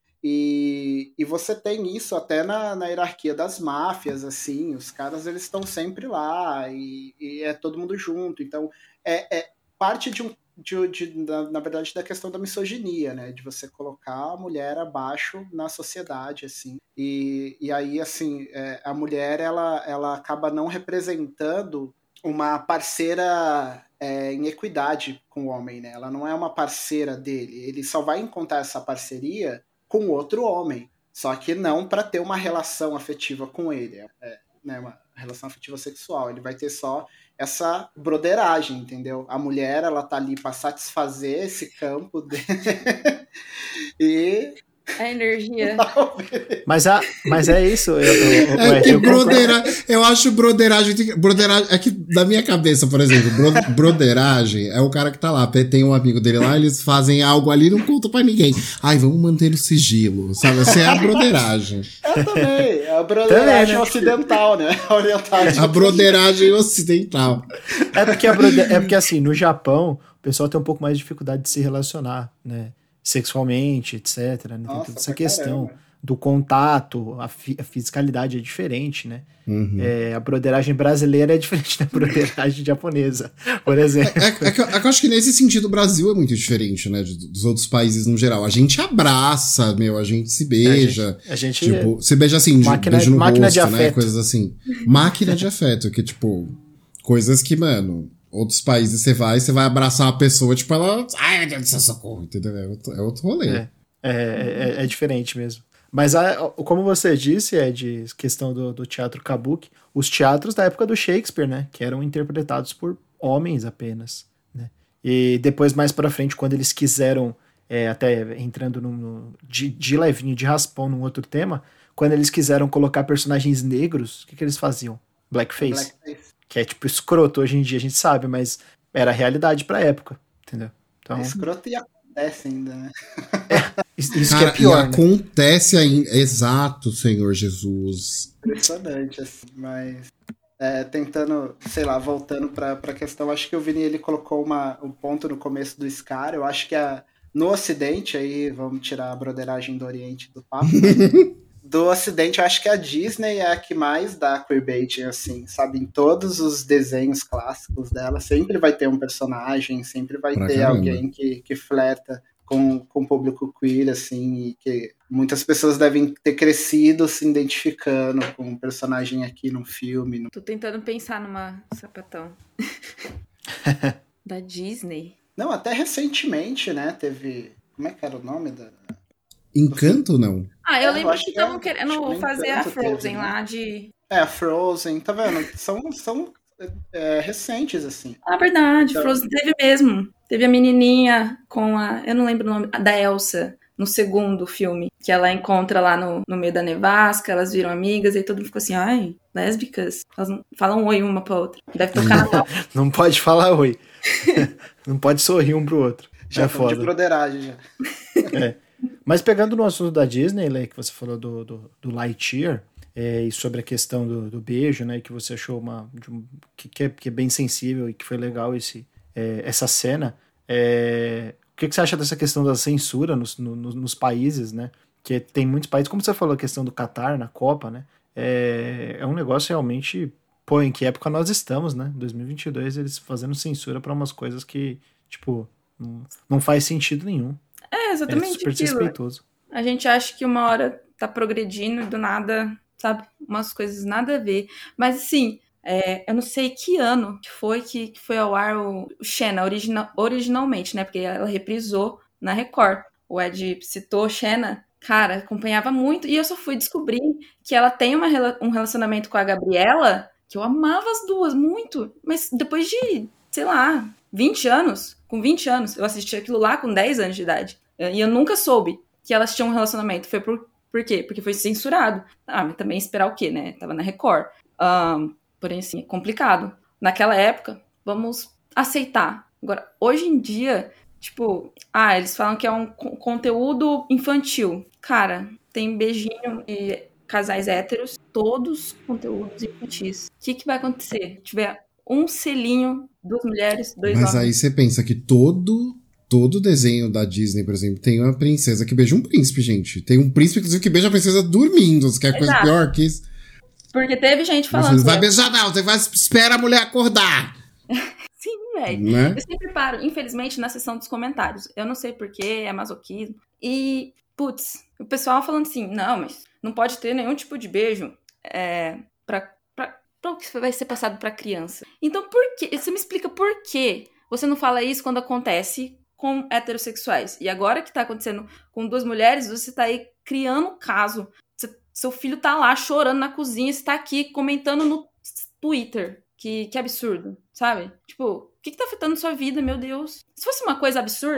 E, e você tem isso até na, na hierarquia das máfias, assim, os caras eles estão sempre lá e, e é todo mundo junto. Então, é, é parte de um, de, de, na, na verdade, da questão da misoginia, né? De você colocar a mulher abaixo na sociedade, assim. E, e aí, assim, é, a mulher, ela, ela acaba não representando uma parceira é, em equidade com o homem, né? Ela não é uma parceira dele. Ele só vai encontrar essa parceria com outro homem, só que não para ter uma relação afetiva com ele, é, né, uma relação afetiva sexual, ele vai ter só essa broderagem, entendeu? A mulher, ela tá ali para satisfazer esse campo dele e A energia. Mas, a, mas é isso. Eu, eu, eu, É que eu brodera, eu acho broderagem, broderagem. É que na minha cabeça, por exemplo, bro, broderagem é o cara que tá lá. Tem um amigo dele lá, eles fazem algo ali e não contam pra ninguém. Ai, vamos manter o sigilo, sabe? Essa é a broderagem. Eu também. A broderagem também, né? ocidental, né? A oriental. A broderagem ocidental. É porque, a brode, é porque assim, no Japão, o pessoal tem um pouco mais de dificuldade de se relacionar, né? Sexualmente, etcétera. Né? Tem Nossa, toda essa pra questão caramba. do contato, a, fi, a fisicalidade é diferente, né? Uhum. É, a broderagem brasileira é diferente da broderagem japonesa, por exemplo. É, é, que eu, é que eu acho que nesse sentido o Brasil é muito diferente, né? de- dos outros países no geral. A gente abraça, meu, a gente se beija. A gente, a gente Tipo, se beija assim, de Máquina- beijo no máquina rosto, de né? afeto. Coisas assim. Máquina de afeto, que, tipo, coisas que, mano, outros países você vai, você vai abraçar uma pessoa, tipo, ela. Ai, meu Deus do céu, socorro, entendeu? É outro, é outro rolê. É. É, é, é diferente mesmo. Mas a, como você disse, é de questão do, do teatro kabuki, os teatros da época do Shakespeare, né? Que eram interpretados por homens apenas, né? E depois, mais pra frente, quando eles quiseram, é, até entrando no, no- de, de levinho, de raspão num outro tema, quando eles quiseram colocar personagens negros, o que, que eles faziam? Blackface. Blackface. Que é tipo escroto hoje em dia, a gente sabe, mas era a realidade pra época, entendeu? Então, É escroto e acontece ainda, né? isso, isso Cara, que é pior, e né? acontece ainda. Exato, Senhor Jesus. Impressionante, assim, mas é, tentando, sei lá, voltando pra, pra questão, acho que o Vini, ele colocou uma, um ponto no começo do Scar, eu acho que a, no Ocidente, aí vamos tirar a broderagem do Oriente do papo, né? Do Ocidente, eu acho que a Disney é a que mais dá queerbaiting, assim, sabe? Em todos os desenhos clássicos dela, sempre vai ter um personagem, sempre vai Pra ter caramba. alguém que, que flerta com, com o público queer, assim, e que muitas pessoas devem ter crescido se identificando com um personagem aqui no filme. No... Tô tentando pensar numa sapatão. Da Disney. Não, até recentemente, né, teve... Como é que era o nome da... Encanto, não? Ah, eu É, eu lembro acho que que estavam é, querendo acho que nem fazer a tanto Frozen teve, né? lá de... É, a Frozen, tá vendo? São, são é, recentes, assim. Ah, verdade, Então- Frozen teve mesmo. Teve a menininha com a... Eu não lembro o nome. Da Elsa, no segundo filme. Que ela encontra lá no, no meio da nevasca, elas viram amigas, e aí todo mundo ficou assim, ai, lésbicas? Elas não falam oi uma pra outra. Deve tocar na... Não pode falar oi. Não pode sorrir um pro outro. Já Já é estamos de foda. broderagem, já. Mas pegando no assunto da Disney, Lê, que você falou do, do, do Lightyear, é, e sobre a questão do, do beijo, né, que você achou uma, de um- que, que, é, que é bem sensível e que foi legal esse, é, essa cena, é, o que, que você acha dessa questão da censura nos, no- no- nos países, né? Que tem muitos países, como você falou, a questão do Catar na Copa, né? É, é um negócio realmente, pô, em que época nós estamos, né? dois mil e vinte e dois, eles fazendo censura pra umas coisas que, tipo, não, não faz sentido nenhum. É É exatamente super aquilo. desrespeitoso. A gente acha que uma hora tá progredindo e do nada, sabe? Umas coisas nada a ver. Mas assim, é, eu não sei que ano que foi que, que foi ao ar o, o Xena original, originalmente, né? Porque ela reprisou na Record. O Ed citou Xena. Cara, acompanhava muito. E eu só fui descobrir que ela tem uma, rela- um relacionamento com a Gabriela, que eu amava as duas muito. Mas depois de, sei lá, vinte anos, com vinte anos, eu assisti aquilo lá com dez anos de idade. E eu nunca soube que elas tinham um relacionamento. Foi por, por quê? Porque foi censurado. Ah, mas também esperar o quê, né? Tava na Record. Ahn, porém, assim, é complicado. Naquela época, vamos aceitar. Agora, hoje em dia, tipo, ah, eles falam que é um co- conteúdo infantil. Cara, tem beijinho e casais héteros, todos conteúdos infantis. O que, que vai acontecer? Se tiver um selinho, duas mulheres, dois Mas homens. aí você pensa que todo todo desenho da Disney, por exemplo, tem uma princesa que beija um príncipe, gente. Tem um príncipe, inclusive, que beija a princesa dormindo. Você quer coisa Exato. pior que isso? Porque teve gente Você falando. não vai que- beijar, não. Você vai espera a mulher acordar. Sim, velho. Né? Eu sempre paro, infelizmente, na seção dos comentários. Eu não sei porquê, é masoquismo. E, putz, o pessoal falando assim, não, mas não pode ter nenhum tipo de beijo é, pra, pra, pra o que vai ser passado pra criança. Então, por quê? Você me explica por quê você não fala isso quando acontece com heterossexuais. E agora que tá acontecendo com duas mulheres, você tá aí criando um caso. Você- seu filho tá lá chorando na cozinha, você tá aqui comentando no Twitter. Que, que absurdo, sabe? Tipo, o que, que tá afetando sua vida, meu Deus? Se fosse uma coisa absurda,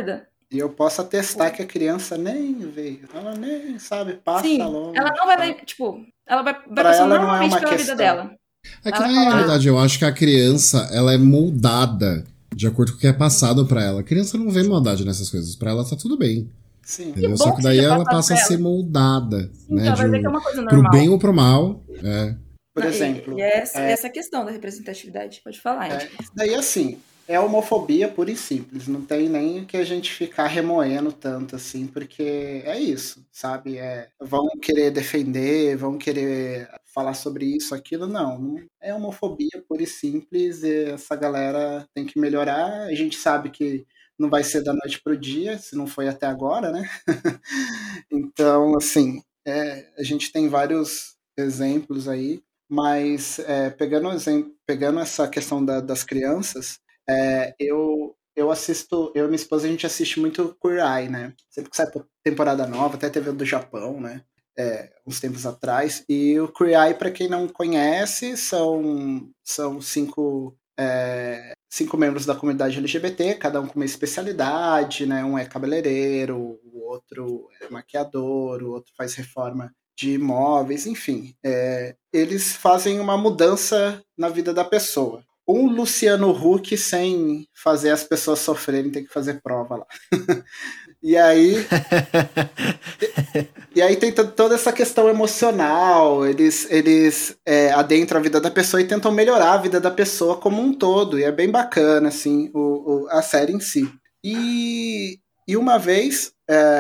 E eu posso atestar que a criança nem vê, ela nem sabe, passa Sim, longe. ela não vai, tipo, ela vai, vai Pra passando ela não é normalmente uma pela questão. vida dela. É que Ela na fala, realidade eu acho que a criança, ela é moldada de acordo com o que é passado pra ela. A criança não vê maldade nessas coisas, pra ela tá tudo bem. Sim. Entendeu? bom Só que que daí seja ela passado passa a pra ser ela. moldada, Sim, né? ela vai de ver um- que é uma coisa pro normal. bem ou pro mal. É. Por Não, e- exemplo, E, essa, é- essa questão da representatividade, pode falar, Ed. É, daí assim, é homofobia pura e simples, não tem nem o que a gente ficar remoendo tanto assim, porque é isso, sabe? É, vão querer defender, vão querer falar sobre isso, aquilo, não, não é homofobia pura e simples, e essa galera tem que melhorar, a gente sabe que não vai ser da noite pro dia, se não foi até agora, né? Então, assim, é, a gente tem vários exemplos aí, mas é, pegando, o exemplo, pegando essa questão da- das crianças, é, eu, eu assisto, eu e minha esposa, a gente assiste muito Queer Eye, né? Sempre que sai temporada nova, até teve o do Japão, né? É, uns tempos atrás. E o Queer Eye, para quem não conhece, são, são cinco, é, cinco membros da comunidade L G B T, cada um com uma especialidade, né? Um é cabeleireiro, o outro é maquiador, o outro faz reforma de imóveis, enfim. É, eles fazem uma mudança na vida da pessoa. Um Luciano Huck sem fazer as pessoas sofrerem, tem que fazer prova lá. E aí, e aí tem to- toda essa questão emocional, eles, eles é, adentram a vida da pessoa e tentam melhorar a vida da pessoa como um todo, e é bem bacana, assim, o, o- a série em si. E, e uma vez,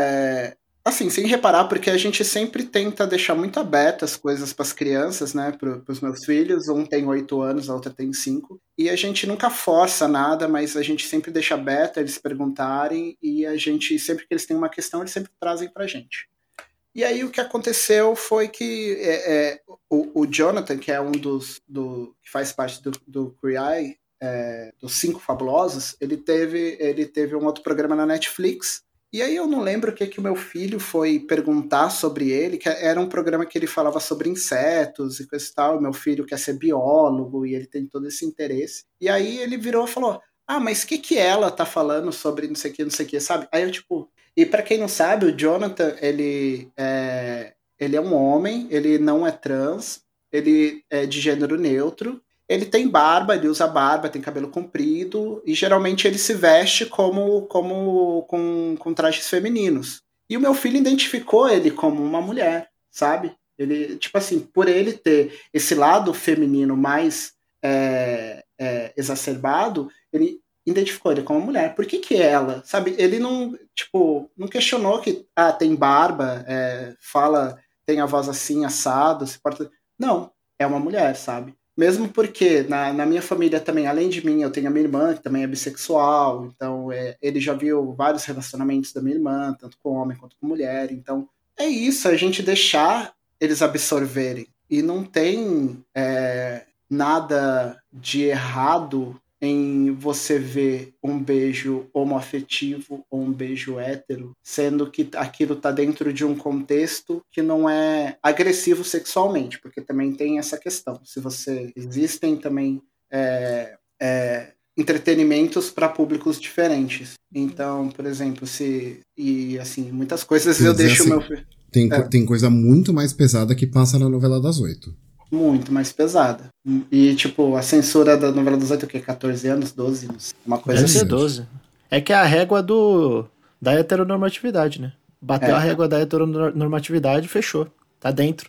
é, assim, sem reparar, porque a gente sempre tenta deixar muito aberto as coisas para as crianças, né, para os meus filhos, um tem oito anos, a outra tem cinco, e a gente nunca força nada, mas a gente sempre deixa aberto eles perguntarem, e a gente, sempre que eles têm uma questão, eles sempre trazem pra gente. E aí o que aconteceu foi que é, é, o, o Jonathan, que é um dos do, que faz parte do, do Queer Eye, é, dos Cinco Fabulosos, ele teve, ele teve um outro programa na Netflix. E aí eu não lembro o que, que o meu filho foi perguntar sobre ele, que era um programa que ele falava sobre insetos e coisa e tal. O meu filho quer ser biólogo e ele tem todo esse interesse. E aí ele virou e falou: ah, mas o que, que ela tá falando sobre não sei o que, não sei o que, sabe? Aí eu, tipo, e pra quem não sabe, o Jonathan, ele é, ele é um homem, ele não é trans, ele é de gênero neutro, ele tem barba, ele usa barba, tem cabelo comprido, e geralmente ele se veste como, como com, com trajes femininos. E o meu filho identificou ele como uma mulher, sabe? Ele, tipo assim, por ele ter esse lado feminino mais é, é, exacerbado, ele identificou ele como mulher. Por que que ela, sabe? Ele não, tipo, não questionou que, ah, tem barba, é, fala, tem a voz assim, assado, se porta... Não, é uma mulher, sabe? Mesmo porque na, na minha família também, além de mim, eu tenho a minha irmã, que também é bissexual, então é, ele já viu vários relacionamentos da minha irmã, tanto com homem quanto com mulher, então é isso, a gente deixar eles absorverem. E não tem é, nada de errado em você ver um beijo homoafetivo ou um beijo hétero, sendo que aquilo está dentro de um contexto que não é agressivo sexualmente, porque também tem essa questão. Se você existem também é, é, entretenimentos para públicos diferentes. Então, por exemplo, se e assim muitas coisas Quer eu dizer, deixo o assim, meu Tem, É. co- tem coisa muito mais pesada que passa na novela das oito. muito mais pesada. E, tipo, a censura da novela dos oito, o quê? catorze anos, doze anos? Uma coisa Deve assim. ser doze. É que é a régua do, da heteronormatividade, né? Bateu É. a régua da heteronormatividade e fechou. Tá dentro.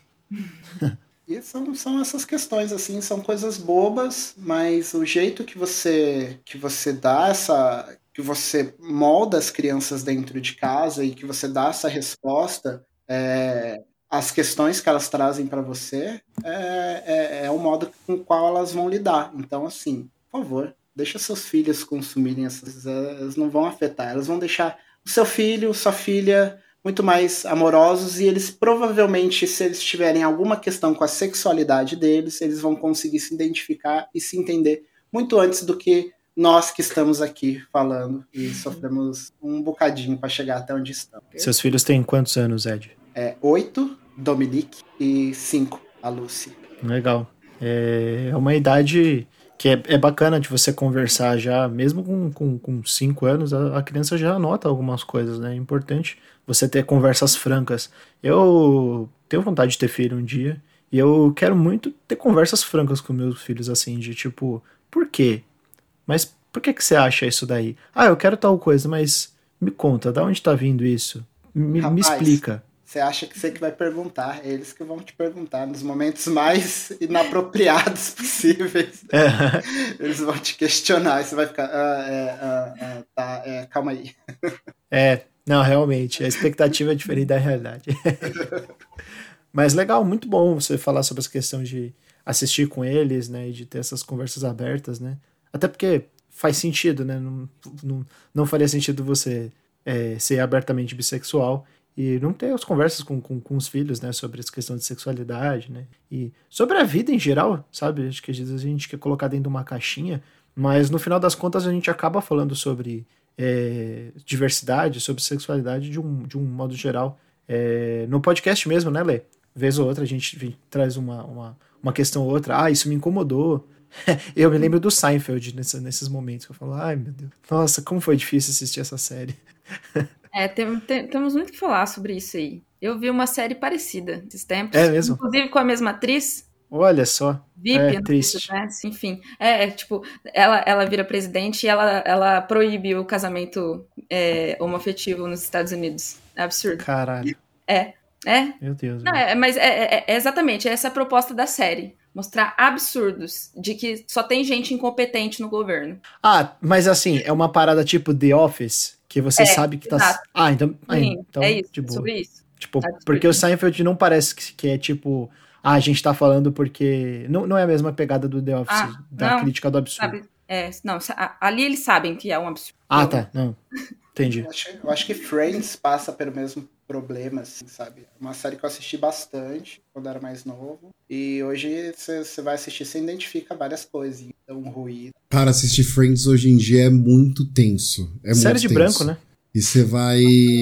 E são, são essas questões, assim, são coisas bobas, mas o jeito que você, que você dá essa... que você molda as crianças dentro de casa e que você dá essa resposta, é, as questões que elas trazem para você, é, é, é o modo com o qual elas vão lidar. Então, assim, por favor, deixa seus filhos consumirem essas... Elas não vão afetar, elas vão deixar o seu filho, sua filha muito mais amorosos, e eles provavelmente, se eles tiverem alguma questão com a sexualidade deles, eles vão conseguir se identificar e se entender muito antes do que nós que estamos aqui falando e sofremos um bocadinho para chegar até onde estamos. Seus filhos têm quantos anos, Ed? É oito, Dominique, e cinco, a Lucy. Legal. É uma idade Que é, é bacana de você conversar já, mesmo com, com, com cinco anos, a, a criança já anota algumas coisas, né? É importante você ter conversas francas. Eu tenho vontade de ter filho um dia, e eu quero muito ter conversas francas com meus filhos, assim, de tipo, por quê? Mas por que que você acha isso daí? Ah, eu quero tal coisa, mas me conta, da onde tá vindo isso? Me, Rapaz, me explica. Você acha que você que vai perguntar, eles que vão te perguntar nos momentos mais inapropriados possíveis. É. Eles vão te questionar e você vai ficar, ah, é, ah, ah, tá, é, calma aí. É, não, realmente, a expectativa é diferente da realidade. Mas legal, muito bom você falar sobre essa questão de assistir com eles, né, e de ter essas conversas abertas, né, até porque faz sentido, né, não, não, não faria sentido você é, ser abertamente bissexual e não ter as conversas com, com, com os filhos, né, sobre essa questão de sexualidade, né, e sobre a vida em geral, sabe, acho que às vezes a gente quer colocar dentro de uma caixinha, mas no final das contas a gente acaba falando sobre é, diversidade, sobre sexualidade de um, de um modo geral, é, no podcast mesmo, né, Lê? Vez ou outra a gente vem, traz uma, uma, uma questão ou outra, ah, isso me incomodou. Eu me lembro do Seinfeld nessa, nesses momentos, que eu falo, ai meu Deus, nossa, como foi difícil assistir essa série. É, tem, tem, temos muito que falar sobre isso aí. Eu vi uma série parecida esses tempos. É mesmo? Inclusive com a mesma atriz. Olha só. V I P, é triste. Né? Enfim, é, é tipo, ela, ela vira presidente e ela, ela proíbe o casamento é, homoafetivo nos Estados Unidos. É absurdo. Caralho. É, é. Meu Deus. Não, é, mas é, é, é exatamente essa a proposta da série. Mostrar absurdos de que só tem gente incompetente no governo. Ah, mas assim, é uma parada tipo The Office, que você é, sabe que tá... Exato. Ah, então, ah, Sim, então é isso, de boa. sobre isso. Tipo, porque o Seinfeld não parece que, que é tipo... Ah, a gente tá falando porque... Não, não é a mesma pegada do The Office, ah, da não, crítica do absurdo. Sabe, é, não, ali eles sabem que é um absurdo. Ah, tá, não. Entendi. Eu acho, eu acho que Friends passa pelo mesmo problema, assim, sabe? Uma série que eu assisti bastante quando era mais novo. E hoje você vai assistir, você identifica várias coisas. Então, ruído. Cara, assistir Friends hoje em dia é muito tenso. É série muito de tenso. branco, né? E você vai...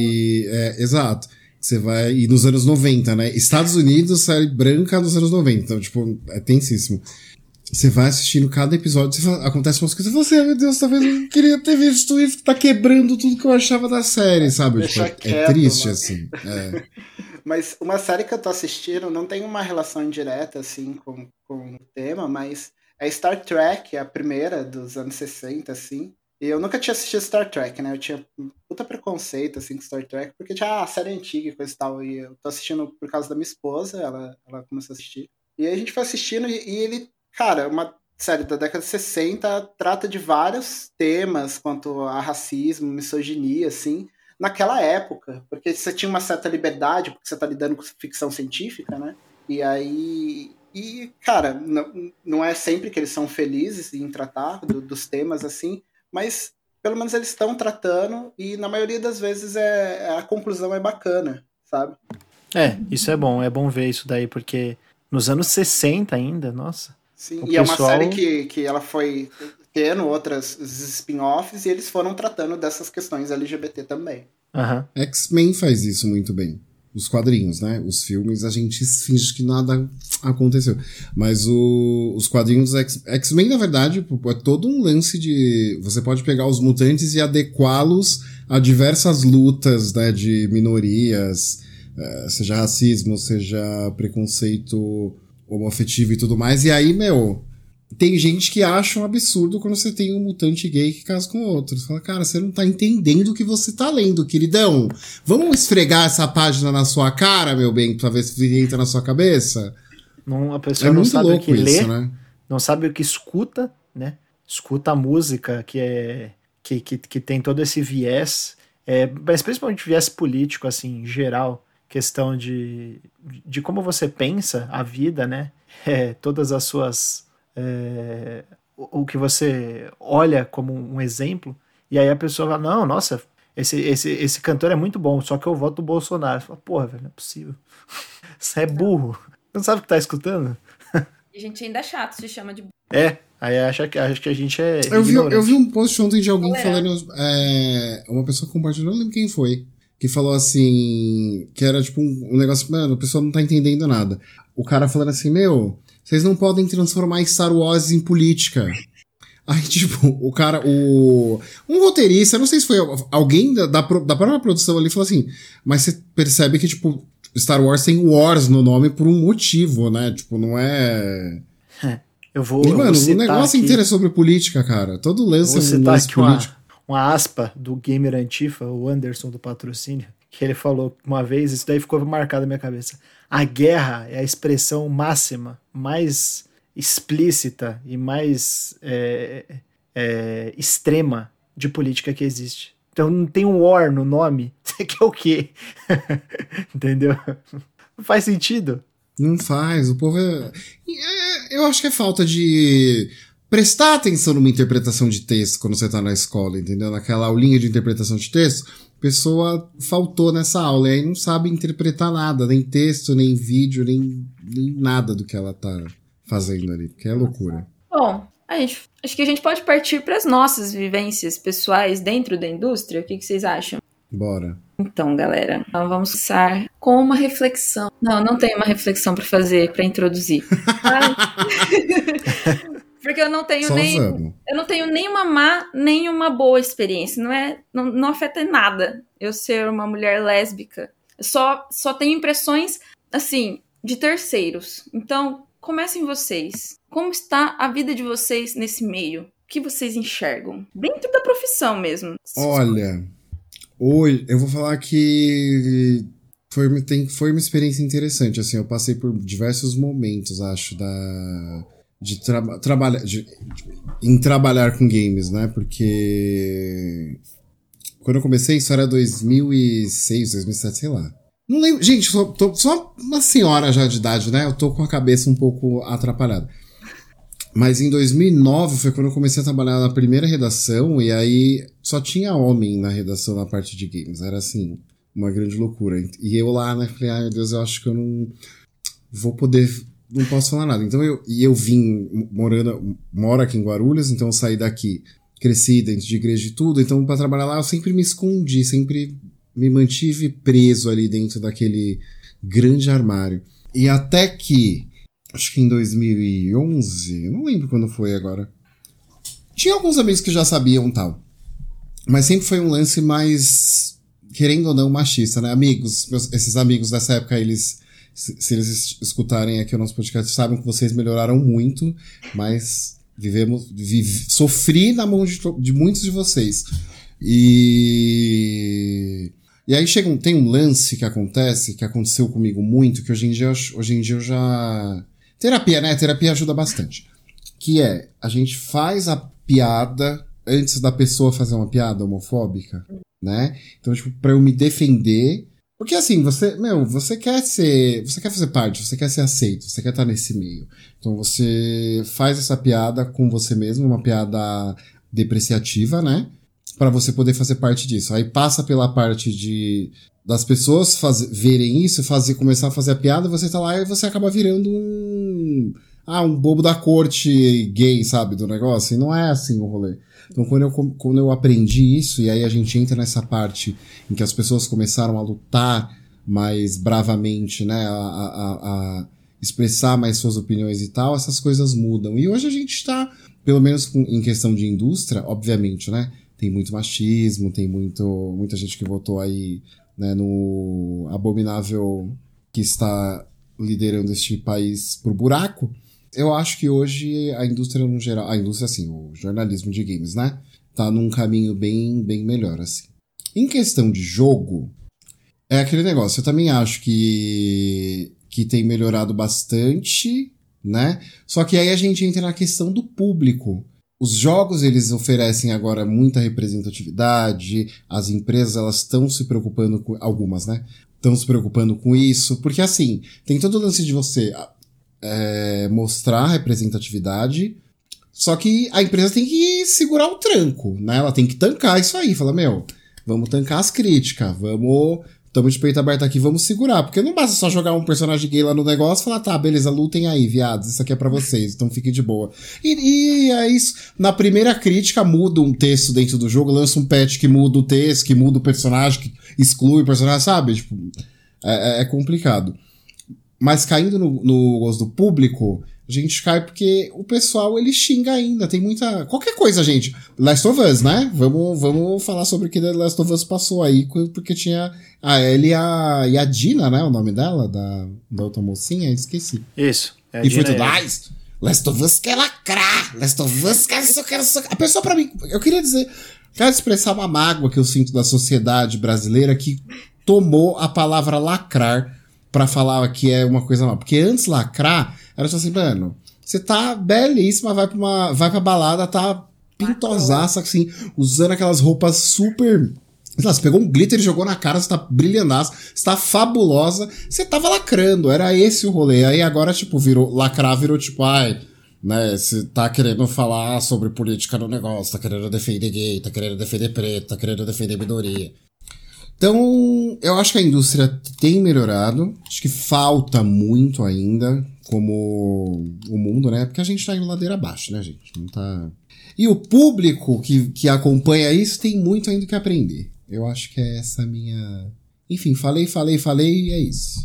É, exato. Você vai... E nos anos noventa, né? Estados Unidos, série branca nos anos noventa. Então, tipo, é tensíssimo. Você vai assistindo cada episódio, você fala, acontece umas coisas, você, meu Deus, talvez eu não queria ter visto isso, tá quebrando tudo que eu achava da série, sabe? Tipo, é, quieto, é triste, mano. Assim. É. Mas uma série que eu tô assistindo não tem uma relação direta, assim, com, com o tema, mas é Star Trek, a primeira dos anos sessenta, assim. E eu nunca tinha assistido Star Trek, né? Eu tinha puta preconceito, assim, com Star Trek, porque tinha a série antiga e coisa e tal. E eu tô assistindo por causa da minha esposa, ela, ela começou a assistir. E aí a gente foi assistindo e, e ele... Cara, uma série da década de sessenta trata de vários temas quanto a racismo, misoginia, assim, naquela época. Porque você tinha uma certa liberdade, porque você tá lidando com ficção científica, né? E aí... E, cara, não, não é sempre que eles são felizes em tratar do, dos temas, assim, mas pelo menos eles estão tratando e na maioria das vezes é, a conclusão é bacana, sabe? É, isso é bom, é bom ver isso daí, porque nos anos sessenta ainda, nossa... Sim, o e pessoal... é uma série que, que ela foi tendo outras spin-offs e eles foram tratando dessas questões L G B T também. Uhum. X-Men faz isso muito bem. Os quadrinhos, né? Os filmes a gente finge que nada aconteceu. Mas o, os quadrinhos X, X-Men, na verdade, é todo um lance de... Você pode pegar os mutantes e adequá-los a diversas lutas, né? De minorias, seja racismo, seja preconceito... homoafetivo e tudo mais, e aí, meu, tem gente que acha um absurdo quando você tem um mutante gay que casa com outro. Você fala, cara, você não tá entendendo o que você tá lendo, queridão. Vamos esfregar essa página na sua cara, meu bem, pra ver se entra na sua cabeça? Não, a pessoa é não muito sabe louco o que isso, lê, né? Não sabe o que escuta, né? Escuta a música que é que, que, que tem todo esse viés, é, mas principalmente viés político, assim, em geral, questão de, de como você pensa a vida, né? É, todas as suas... É, o, o que você olha como um exemplo, e aí a pessoa fala, não, nossa, esse, esse, esse cantor é muito bom, só que eu voto o Bolsonaro. Você fala, porra, velho, não é possível. Você é burro. Não sabe o que tá escutando? E a gente ainda é chato, se chama de... É, aí acha que, acha que a gente é eu vi, ignorante. eu vi um post ontem de alguém é. falando... É, uma pessoa compartilhou, não lembro quem foi, que falou assim, que era tipo um, um negócio, mano, a pessoa não tá entendendo nada. O cara falando assim, meu, vocês não podem transformar Star Wars em política. Aí, tipo, o cara, o... Um roteirista, não sei se foi alguém da, da, da própria produção ali, falou assim, mas você percebe que, tipo, Star Wars tem Wars no nome por um motivo, né? Tipo, não é... Eu vou, e, eu mano, vou o negócio aqui, inteiro é sobre política, cara. Todo lance vou é um citar lance aqui político. uma, uma aspa do gamer Antifa, o Anderson do Patrocínio, que ele falou uma vez, isso daí ficou marcado na minha cabeça. A guerra é a expressão máxima, mais explícita e mais é, é, extrema de política que existe. Então não tem um war no nome, você quer o quê? Entendeu? Não faz sentido. Não faz, o povo é... é... Eu acho que é falta de prestar atenção numa interpretação de texto quando você tá na escola, entendeu? Naquela aulinha de interpretação de texto, a pessoa faltou nessa aula e aí não sabe interpretar nada, nem texto, nem vídeo, nem, nem nada do que ela tá fazendo ali, porque é loucura. Bom, a gente, acho que a gente pode partir para as nossas vivências pessoais dentro da indústria. O que, que vocês acham? Bora. Então, galera, então vamos começar com uma reflexão. Não, não tenho uma reflexão para fazer, para introduzir. Porque eu não tenho Só nem vamos. eu não tenho nem uma má, nem uma boa experiência. Não é, não, não afeta em nada eu ser uma mulher lésbica. Eu só só tenho impressões assim de terceiros. Então, comecem vocês. Como está a vida de vocês nesse meio? O que vocês enxergam dentro da profissão mesmo? Olha, hoje eu vou falar que foi, tem, foi uma experiência interessante. Assim, eu passei por diversos momentos, acho, da de tra, trabalhar de, em trabalhar com games, né? Porque quando eu comecei, isso era dois mil e seis, dois mil e sete, sei lá. Não lembro. Gente, sou, tô, sou uma senhora já de idade, né? Eu tô com a cabeça um pouco atrapalhada. Mas em dois mil e nove foi quando eu comecei a trabalhar na primeira redação, e aí só tinha homem na redação na parte de games. Era assim, uma grande loucura. E eu lá, né, falei, ai meu Deus, eu acho que eu não vou poder, não posso falar nada. Então eu, e eu vim morando, moro aqui em Guarulhos, então eu saí daqui, cresci dentro de igreja e tudo, então pra trabalhar lá eu sempre me escondi, sempre me mantive preso ali dentro daquele grande armário. E até que acho que em dois mil e onze, eu não lembro quando foi agora. Tinha alguns amigos que já sabiam tal. Mas sempre foi um lance mais, querendo ou não, machista, né? Amigos, meus, esses amigos dessa época, eles, se, se eles escutarem aqui o nosso podcast, sabem que vocês melhoraram muito, mas vivemos, vive, sofri na mão de, de muitos de vocês. E... E aí chega um, tem um lance que acontece, que aconteceu comigo muito, que hoje em dia, hoje em dia eu já... Terapia, né? Terapia ajuda bastante. Que é, a gente faz a piada antes da pessoa fazer uma piada homofóbica, né? Então, tipo, pra eu me defender... Porque assim, você, meu, você quer ser... Você quer fazer parte, você quer ser aceito, você quer estar nesse meio. Então você faz essa piada com você mesmo, uma piada depreciativa, né? Pra você poder fazer parte disso. Aí passa pela parte de... das pessoas faz, verem isso, fazer, começar a fazer a piada, você tá lá e você acaba virando um... Ah, um bobo da corte gay, sabe, do negócio. E não é assim o rolê. Então, quando eu, quando eu aprendi isso, e aí a gente entra nessa parte em que as pessoas começaram a lutar mais bravamente, né, a, a, a expressar mais suas opiniões e tal, essas coisas mudam. E hoje a gente tá, pelo menos com, em questão de indústria, obviamente, né, tem muito machismo, tem muito, muita gente que votou aí, né, no abominável que está liderando este país por buraco. Eu acho que hoje a indústria no geral, a indústria assim, o jornalismo de games, né, tá num caminho bem, bem melhor, assim. Em questão de jogo, é aquele negócio, eu também acho que, que tem melhorado bastante, né, só que aí a gente entra na questão do público. Os jogos, eles oferecem agora muita representatividade, as empresas, elas estão se preocupando com, algumas, né, estão se preocupando com isso, porque assim, tem todo o lance de você é, mostrar representatividade, só que a empresa tem que segurar o tranco, né, ela tem que tancar isso aí, fala, meu, vamos tancar as críticas, vamos, estamos de peito aberto aqui, vamos segurar, porque não basta só jogar um personagem gay lá no negócio e falar, tá, beleza, lutem aí, viados, isso aqui é pra vocês, então fiquem de boa. E, e é isso, na primeira crítica muda um texto dentro do jogo, lança um patch que muda o texto, que muda o personagem, que exclui o personagem, sabe? Tipo, é, é complicado. mas caindo no, no gosto do público, a gente cai porque o pessoal, ele xinga ainda, tem muita... Qualquer coisa, gente. Last of Us, né? Vamos, vamos falar sobre o que The Last of Us passou aí, porque tinha a Ellie e a, e a Dina, né? O nome dela, da, da outra mocinha, esqueci. Isso. É e foi tudo, ai, Last of Us quer lacrar, Last of Us quer isso, quer isso. A pessoa, pra mim, eu queria dizer, quero expressar uma mágoa que eu sinto da sociedade brasileira que tomou a palavra lacrar pra falar que é uma coisa mal. Porque antes lacrar, era só assim, mano, você tá belíssima, vai pra uma, vai pra balada, tá pintosaça, assim, usando aquelas roupas super... Você pegou um glitter e jogou na cara, você tá brilhandaça, você tá fabulosa, você tava lacrando, era esse o rolê. Aí agora, tipo, virou, lacrar virou tipo, ai, né, você tá querendo falar sobre política no negócio, tá querendo defender gay, tá querendo defender preto, tá querendo defender minoria. Então, eu acho que a indústria tem melhorado, acho que falta muito ainda, como o mundo, né, porque a gente tá indo ladeira abaixo, né, gente, não tá... E o público que, que acompanha isso tem muito ainda que aprender. Eu acho que é essa a minha... Enfim, falei, falei, falei e é isso.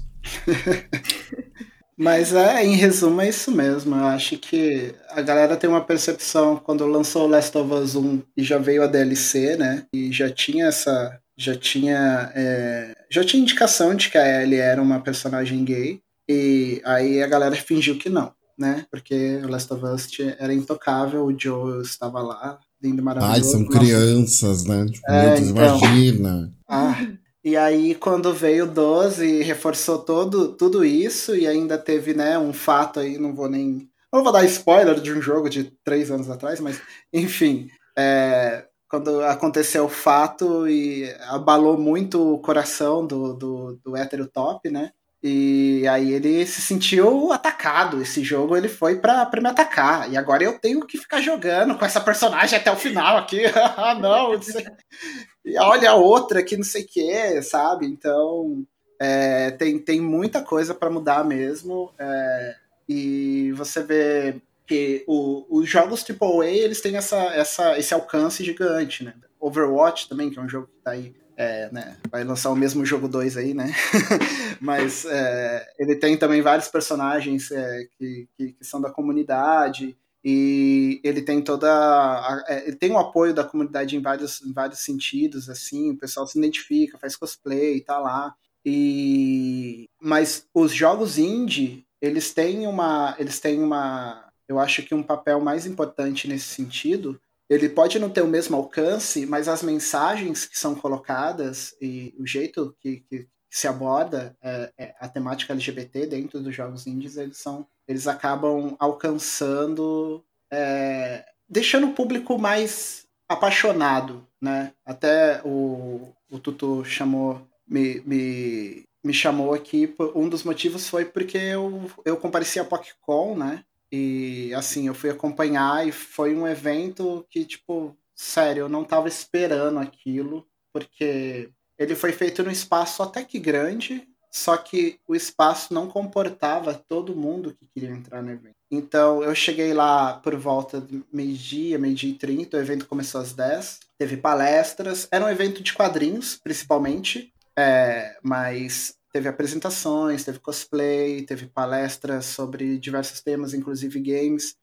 Mas é, em resumo, é isso mesmo. Eu acho que a galera tem uma percepção, quando lançou o Last of Us um e já veio a D L C, né? E já tinha essa... Já tinha... É, já tinha indicação de que a Ellie era uma personagem gay. E aí a galera fingiu que não, né? Porque o Last of Us era intocável, o Joel estava lá, lindo, maravilhoso. Ai, são nossa. Crianças, né? Tipo, É, meu Deus, então, imagina. Ah, e aí quando veio o doze, reforçou todo, tudo isso, e ainda teve, né, um fato aí, não vou nem... Não vou dar spoiler de um jogo de três anos atrás, mas, enfim, é, quando aconteceu o fato e abalou muito o coração do, do, do hétero top, né? E aí ele se sentiu atacado. Esse jogo ele foi pra, pra me atacar. E agora eu tenho que ficar jogando com essa personagem até o final aqui. Ah, não, não sei. E olha a outra que não sei o que, sabe? Então é, tem, tem muita coisa pra mudar mesmo. É, e você vê que o, os jogos triplo A eles têm essa, essa, esse alcance gigante, né? Overwatch também, que é um jogo que tá aí. É, né, vai lançar o mesmo jogo dois aí, né? Mas é, ele tem também vários personagens é, que, que, que são da comunidade e ele tem toda a, é, ele tem o apoio da comunidade em vários, em vários sentidos, assim, o pessoal se identifica, faz cosplay, tá lá. E mas os jogos indie, eles têm uma, eles têm uma, eu acho que um papel mais importante nesse sentido. Ele pode não ter o mesmo alcance, mas as mensagens que são colocadas e o jeito que, que se aborda é, é, a temática L G B T dentro dos jogos indies, eles, são, eles acabam alcançando, é, deixando o público mais apaixonado, né? Até o, o Tutu chamou, me, me, me chamou aqui, um dos motivos foi porque eu, eu compareci a PocCon, né? E, assim, eu fui acompanhar e foi um evento que, tipo, sério, eu não tava esperando aquilo, porque ele foi feito num espaço até que grande, só que o espaço não comportava todo mundo que queria entrar no evento. Então, eu cheguei lá por volta de meio-dia, meio-dia e trinta, o evento começou às dez, teve palestras, era um evento de quadrinhos, principalmente, é, mas... Teve apresentações, teve cosplay, teve palestras sobre diversos temas, inclusive games.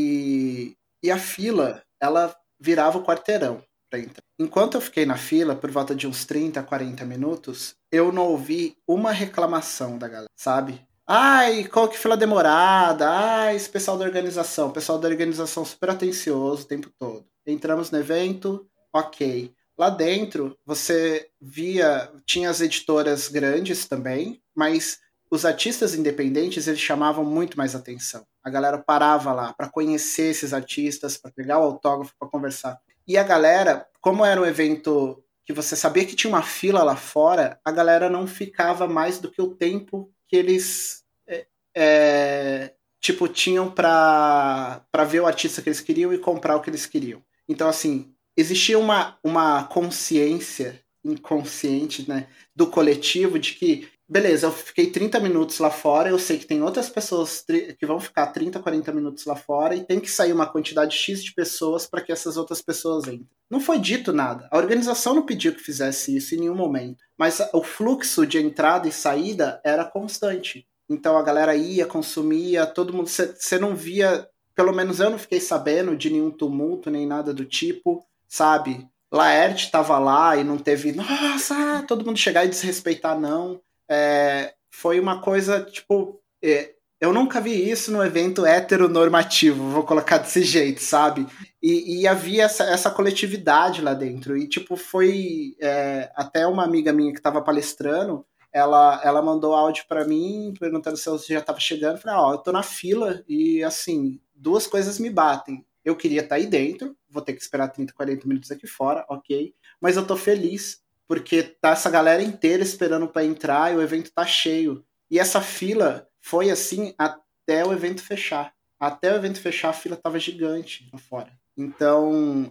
E, e a fila, ela virava o quarteirão para entrar. Enquanto eu fiquei na fila, por volta de uns trinta, quarenta minutos, eu não ouvi uma reclamação da galera, sabe? Ai, qual que fila demorada? Ai, esse pessoal da organização. O pessoal da organização super atencioso o tempo todo. Entramos no evento, ok. Lá dentro, você via... Tinha as editoras grandes também, mas os artistas independentes, eles chamavam muito mais atenção. A galera parava lá para conhecer esses artistas, para pegar o autógrafo, para conversar. E a galera, como era um evento que você sabia que tinha uma fila lá fora, a galera não ficava mais do que o tempo que eles... É, é, tipo, tinham para para ver o artista que eles queriam e comprar o que eles queriam. Então, assim... Existia uma, uma consciência inconsciente, né, do coletivo de que, beleza, eu fiquei trinta minutos lá fora, eu sei que tem outras pessoas que vão ficar trinta, quarenta minutos lá fora e tem que sair uma quantidade X de pessoas para que essas outras pessoas entrem. Não foi dito nada. A organização não pediu que fizesse isso em nenhum momento, mas o fluxo de entrada e saída era constante. Então a galera ia, consumia, todo mundo... Você não via... Pelo menos eu não fiquei sabendo de nenhum tumulto, nem nada do tipo, sabe? Laerte tava lá e não teve... Nossa! Todo mundo chegar e desrespeitar, não. É, foi uma coisa, tipo... É, eu nunca vi isso no evento heteronormativo, vou colocar desse jeito, sabe? E, e havia essa, essa coletividade lá dentro. E, tipo, foi... É, até uma amiga minha que tava palestrando, ela, ela mandou áudio pra mim, perguntando se eu já tava chegando. Eu falei, ó, oh, eu tô na fila e, assim... Duas coisas me batem. Eu queria estar aí dentro, vou ter que esperar trinta, quarenta minutos aqui fora, ok. Mas eu tô feliz, porque tá essa galera inteira esperando para entrar e o evento tá cheio. E essa fila foi assim até o evento fechar. Até o evento fechar, a fila tava gigante lá fora. Então,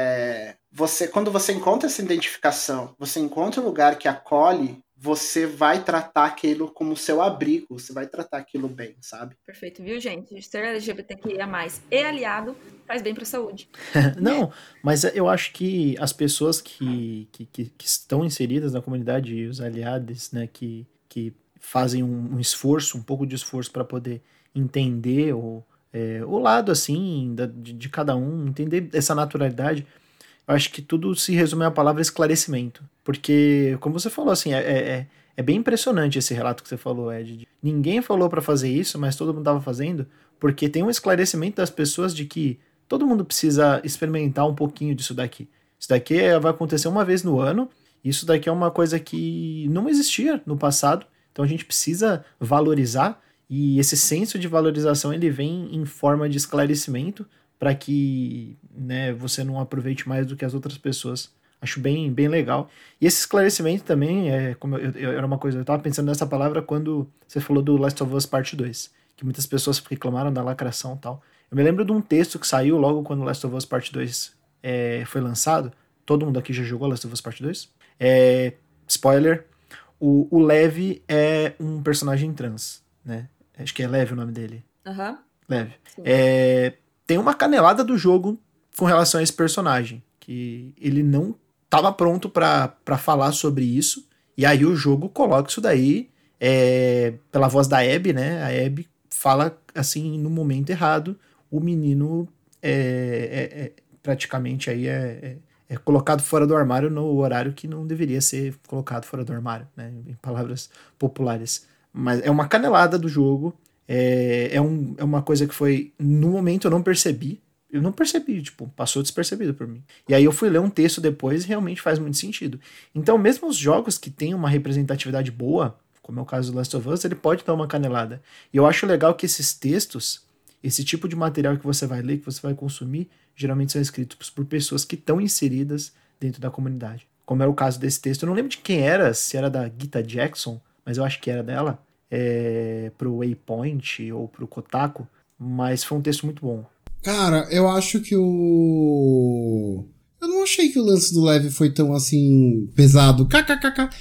é, você, quando você encontra essa identificação, você encontra um lugar que acolhe, você vai tratar aquilo como seu abrigo, você vai tratar aquilo bem, sabe? Perfeito, viu, gente? Ser L G B T Q I A mais, e aliado faz bem pra saúde. Não, mas eu acho que as pessoas que, que, que, que estão inseridas na comunidade e os aliados, né, que, que fazem um, um esforço, um pouco de esforço para poder entender o, é, o lado, assim, da, de, de cada um, entender essa naturalidade. Eu acho que tudo se resume à palavra esclarecimento. Porque, como você falou, assim, é, é, é bem impressionante esse relato que você falou, Ed. Ninguém falou para fazer isso, mas todo mundo estava fazendo, porque tem um esclarecimento das pessoas de que todo mundo precisa experimentar um pouquinho disso daqui. Isso daqui vai acontecer uma vez no ano, isso daqui é uma coisa que não existia no passado, então a gente precisa valorizar, e esse senso de valorização ele vem em forma de esclarecimento, para que, né, você não aproveite mais do que as outras pessoas. Acho bem, bem legal. E esse esclarecimento também, é, como eu, eu, era uma coisa, eu estava pensando nessa palavra quando você falou do Last of Us Parte dois, que muitas pessoas reclamaram da lacração e tal. Eu me lembro de um texto que saiu logo quando Last of Us Parte dois é, foi lançado. Todo mundo aqui já jogou Last of Us Parte dois? É, spoiler, o, o Levi é um personagem trans, né? Acho que é Levi o nome dele. Aham. Uhum. Levi. É... Tem uma canelada do jogo com relação a esse personagem, que ele não estava pronto para falar sobre isso, e aí o jogo coloca isso daí é, pela voz da Abby, né? A Abby fala assim no momento errado, o menino é, é, é, praticamente aí é, é, é colocado fora do armário no horário que não deveria ser colocado fora do armário, né? Em palavras populares. Mas é uma canelada do jogo. É, é, um, é uma coisa que foi... No momento eu não percebi. Eu não percebi, tipo, passou despercebido por mim. E aí eu fui ler um texto depois e realmente faz muito sentido. Então, mesmo os jogos que têm uma representatividade boa, como é o caso do Last of Us, ele pode dar uma canelada. E eu acho legal que esses textos, esse tipo de material que você vai ler, que você vai consumir, geralmente são escritos por pessoas que estão inseridas dentro da comunidade. Como é o caso desse texto. Eu não lembro de quem era, se era da Gita Jackson, mas eu acho que era dela. É, pro Waypoint ou pro Kotaku, mas foi um texto muito bom. Cara, eu acho que o... Eu não achei que o lance do Levi foi tão, assim, pesado. Kkkk.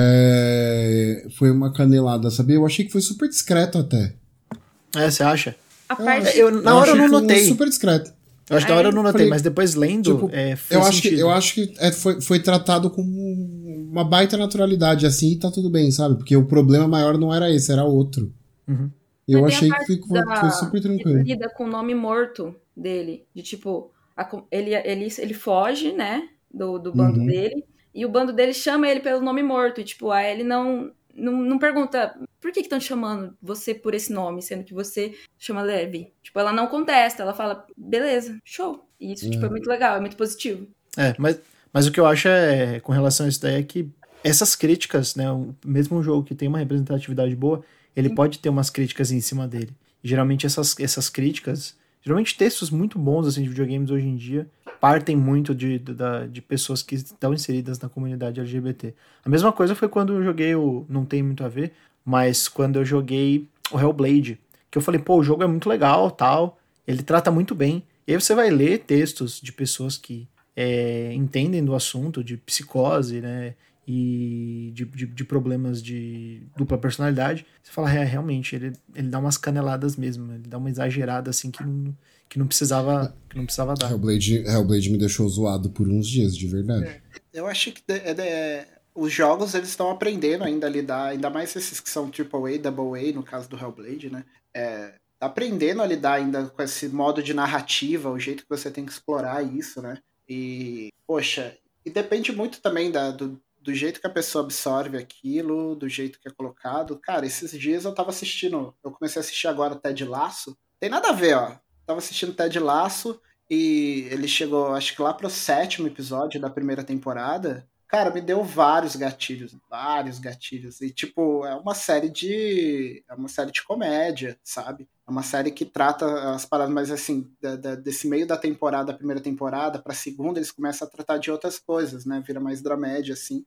É... Foi uma canelada, sabia? Eu achei que foi super discreto até. É, você acha? A parte... eu, na eu hora eu não notei. Super discreto. Eu acho que na hora eu não notei, falei, mas depois lendo, tipo, é, eu, acho que, eu acho que é, foi, foi tratado com uma baita naturalidade, assim, e tá tudo bem, sabe? Porque o problema maior não era esse, era outro. Uhum. Eu mas achei que foi, da, foi super tranquilo. Ele lida com o nome morto dele, de tipo, a, ele, ele, ele foge, né, do, do bando uhum. dele, e o bando dele chama ele pelo nome morto, e tipo, aí ele não... Não, não pergunta, por que estão chamando você por esse nome, sendo que você chama Levi? Tipo, ela não contesta, ela fala, beleza, show. E isso, é. tipo, é muito legal, é muito positivo. É, mas, mas o que eu acho é, com relação a isso daí, é que essas críticas, né, mesmo um jogo que tem uma representatividade boa, ele Sim. pode ter umas críticas em cima dele. E, geralmente essas, essas críticas, geralmente textos muito bons, assim, de videogames hoje em dia, partem muito de, de, de pessoas que estão inseridas na comunidade L G B T. A mesma coisa foi quando eu joguei o... Não tem muito a ver, mas quando eu joguei o Hellblade, que eu falei, pô, o jogo é muito legal, tal, ele trata muito bem. E aí você vai ler textos de pessoas que é, entendem do assunto, de psicose, né, e de, de, de problemas de dupla personalidade. Você fala, é, realmente, ele, ele dá umas caneladas mesmo, ele dá uma exagerada, assim, que não... que não precisava, que não precisava dar. Hellblade, Hellblade me deixou zoado por uns dias, de verdade. É, eu acho que é, é, os jogos eles estão aprendendo ainda a lidar, ainda mais esses que são Triple A, Double A, no caso do Hellblade, né? É, tá aprendendo a lidar ainda com esse modo de narrativa, o jeito que você tem que explorar isso, né? E, poxa, e depende muito também da, do, do jeito que a pessoa absorve aquilo, do jeito que é colocado. Cara, esses dias eu tava assistindo, eu comecei a assistir agora Ted Lasso. Tem nada a ver, ó. Tava assistindo Ted Lasso e ele chegou, acho que lá pro sétimo episódio da primeira temporada. Cara, me deu vários gatilhos, vários gatilhos. E, tipo, é uma série de... É uma série de comédia, sabe? É uma série que trata as paradas, mas assim, da, da, desse meio da temporada, da primeira temporada, pra segunda, eles começam a tratar de outras coisas, né? Vira mais dramédia, assim.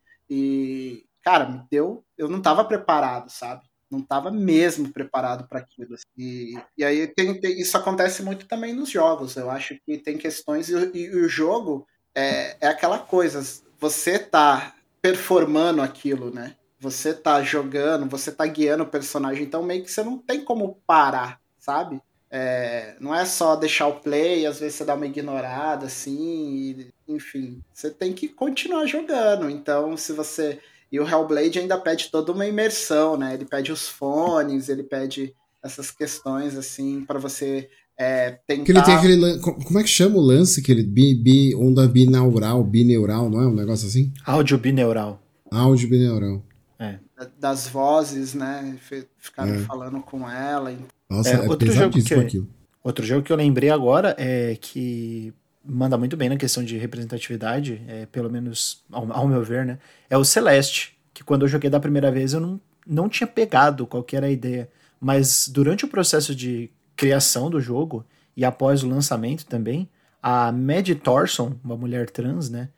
E, cara, me deu... Eu não tava preparado, sabe? Não tava mesmo preparado para aquilo. E, e aí tem, tem, isso acontece muito também nos jogos. Eu acho que tem questões... E, e, e o jogo é, é aquela coisa... Você tá performando aquilo, né? Você tá jogando, você tá guiando o personagem, então meio que você não tem como parar, sabe? É, não é só deixar o play, às vezes você dá uma ignorada, assim, e, enfim. Você tem que continuar jogando, então se você... E o Hellblade ainda pede toda uma imersão, né? Ele pede os fones, ele pede essas questões, assim, para você... É, tentar... Que ele tem aquele... Como é que chama o lance? Aquele bi, bi, onda binaural, bineural, não é um negócio assim? Áudio bineural. Áudio bineural. É. Das vozes, né? Ficaram é. falando com ela. Nossa, é, é outro jogo que eu, aquilo. Outro jogo que eu lembrei agora é que manda muito bem na questão de representatividade, é, pelo menos ao, ao meu ver, né? É o Celeste, que quando eu joguei da primeira vez eu não, não tinha pegado qual que era a ideia. Mas durante o processo de criação do jogo e após o lançamento também, a Maddie Thorson, uma mulher trans, né,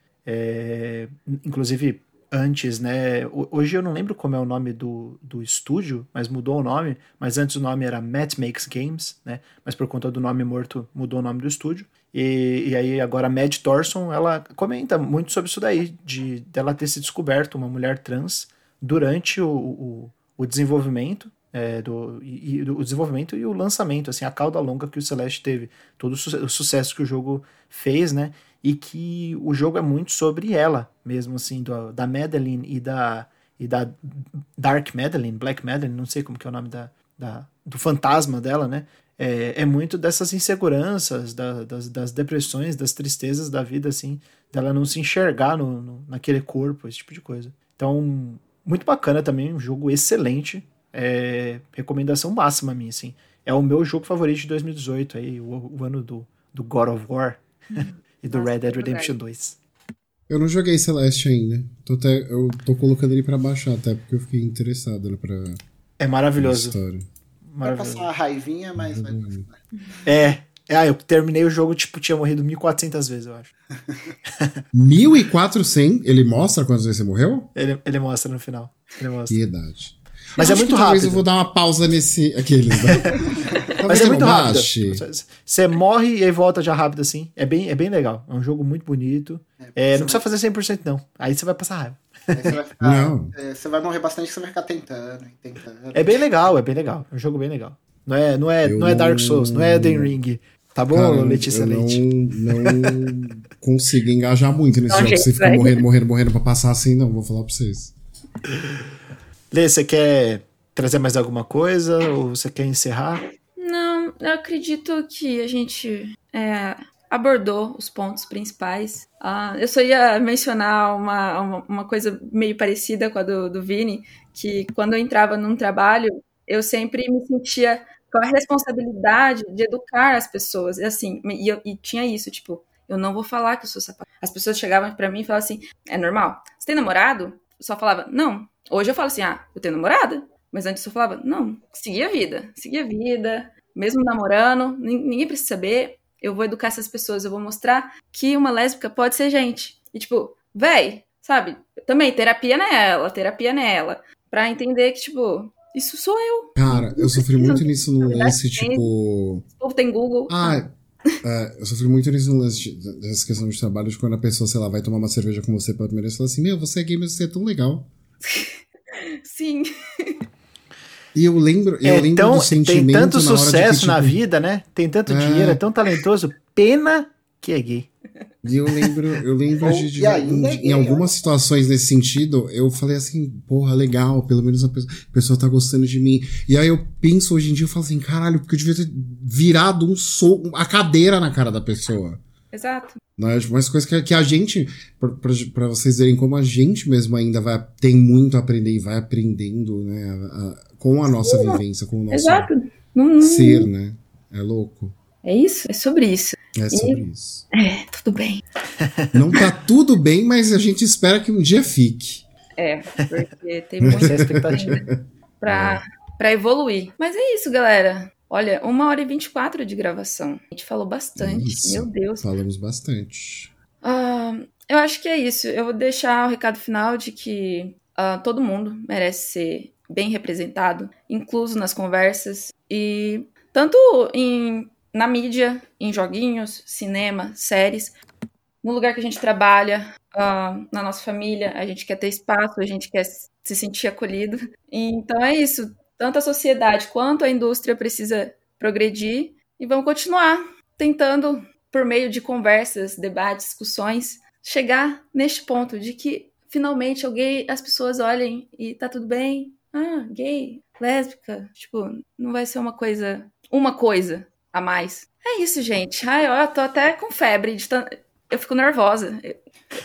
é, inclusive antes, né, hoje eu não lembro como é o nome do, do estúdio, mas mudou o nome, mas antes o nome era Matt Makes Games, né, mas por conta do nome morto mudou o nome do estúdio, e, e aí agora a Maddie Thorson, ela comenta muito sobre isso daí, de dela ter se descoberto uma mulher trans durante o, o, o desenvolvimento, É, do, e, e, o desenvolvimento e o lançamento, assim, a cauda longa que o Celeste teve, todo o, su- o sucesso que o jogo fez, né, e que o jogo é muito sobre ela mesmo, assim, do, da Madeline e da, e da Dark Madeline, Black Madeline, não sei como que é o nome da, da, do fantasma dela, né, é, é muito dessas inseguranças, da, das, das depressões, das tristezas da vida, assim, dela não se enxergar no, no, naquele corpo, esse tipo de coisa. Então, muito bacana também, um jogo excelente. É, recomendação máxima minha, assim. É o meu jogo favorito de dois mil e dezoito, aí, o, o ano do, do God of War e do Nossa, Red Dead Redemption dois. Eu não joguei Celeste ainda. Tô até, eu tô colocando ele pra baixar, até porque eu fiquei interessado, né, pra... É maravilhoso. História. Vai passar uma raivinha, mas vai passar. É, é, ah, eu terminei o jogo, tipo, tinha morrido mil e quatrocentas vezes, eu acho. mil e quatrocentas? Ele mostra quantas vezes você morreu? Ele, ele mostra no final. Ele mostra. Piedade. Mas eu é acho muito que talvez rápido. eu vou dar uma pausa nesse... Aqueles, né? Mas é muito rápido. Você morre e aí volta já rápido, assim. É bem, é bem legal. É um jogo muito bonito. É, é, não precisa vai... fazer cem por cento, não. Aí você vai passar raiva. Aí você vai ficar... não. É, você vai morrer bastante que você vai ficar tentando, tentando. É bem legal, é bem legal. É um jogo bem legal. Não é, não é, não é Dark Souls, não é Elden Ring. Tá bom, cara, Letícia eu Leite? Não, não consigo engajar muito nesse não, jogo. Gente, você fica morrendo, morrendo, morrendo pra passar assim, não. Vou falar pra vocês. Lê, você quer trazer mais alguma coisa ou você quer encerrar? Não, eu acredito que a gente é, abordou os pontos principais. Uh, eu só ia mencionar uma, uma, uma coisa meio parecida com a do, do Vini, que quando eu entrava num trabalho, eu sempre me sentia com a responsabilidade de educar as pessoas. E assim, e, eu, e tinha isso, tipo, eu não vou falar que eu sou sapatão. As pessoas chegavam pra mim e falavam assim, é normal? Você tem namorado? Eu só falava, não. Hoje eu falo assim, ah, eu tenho namorada? Mas antes eu falava, não, segui a vida, segui a vida, mesmo namorando, ninguém precisa saber, eu vou educar essas pessoas, eu vou mostrar que uma lésbica pode ser gente. E tipo, véi, sabe, também terapia nela, terapia nela, pra entender que, tipo, isso sou eu. Cara, eu sofri muito nisso no lance, tipo... O povo tem Google. Ah, é, eu sofri muito nisso no lance dessa questão de trabalho, de quando a pessoa, sei lá, vai tomar uma cerveja com você pela primeira vez e fala assim, meu, você é gay, mas você é tão legal. Sim. E eu lembro, eu é lembro tão, do sentimento tem tanto na hora sucesso de que, tipo, na vida, né? Tem tanto é... dinheiro, é tão talentoso. Pena que é gay. E eu lembro, eu lembro Ou, de, de, e ainda é em, gay, em algumas situações nesse sentido, eu falei assim, porra, legal, pelo menos a pessoa, a pessoa tá gostando de mim. E aí eu penso hoje em dia, eu falo assim, caralho, porque eu devia ter virado um soco, a cadeira na cara da pessoa. Exato. Né? Mas coisas que, que a gente, pra, pra, pra vocês verem como a gente mesmo ainda vai, tem muito a aprender e vai aprendendo, né, a, a, com a nossa Sim. vivência, com o nosso Exato. Não, ser, né? É louco. É isso, é sobre isso. É sobre e... isso. É, tudo bem. Não tá tudo bem, mas a gente espera que um dia fique. É, porque tem muita expectativa pra, é. pra evoluir. Mas é isso, galera. Olha, uma hora e vinte e quatro de gravação. A gente falou bastante, isso. Meu Deus. Falamos bastante. Uh, eu acho que é isso. Eu vou deixar o recado final de que uh, todo mundo merece ser bem representado, incluso nas conversas. E tanto em... na mídia, em joguinhos, cinema, séries, no lugar que a gente trabalha, uh, na nossa família, a gente quer ter espaço, a gente quer se sentir acolhido. Então é isso, tanto a sociedade quanto a indústria precisa progredir e vamos continuar tentando, por meio de conversas, debates, discussões, chegar neste ponto de que finalmente alguém, as pessoas olhem e tá tudo bem, ah, gay, lésbica, tipo, não vai ser uma coisa, uma coisa a mais. É isso, gente. Ai, ó, eu tô até com febre. De t... Eu fico nervosa. Eu,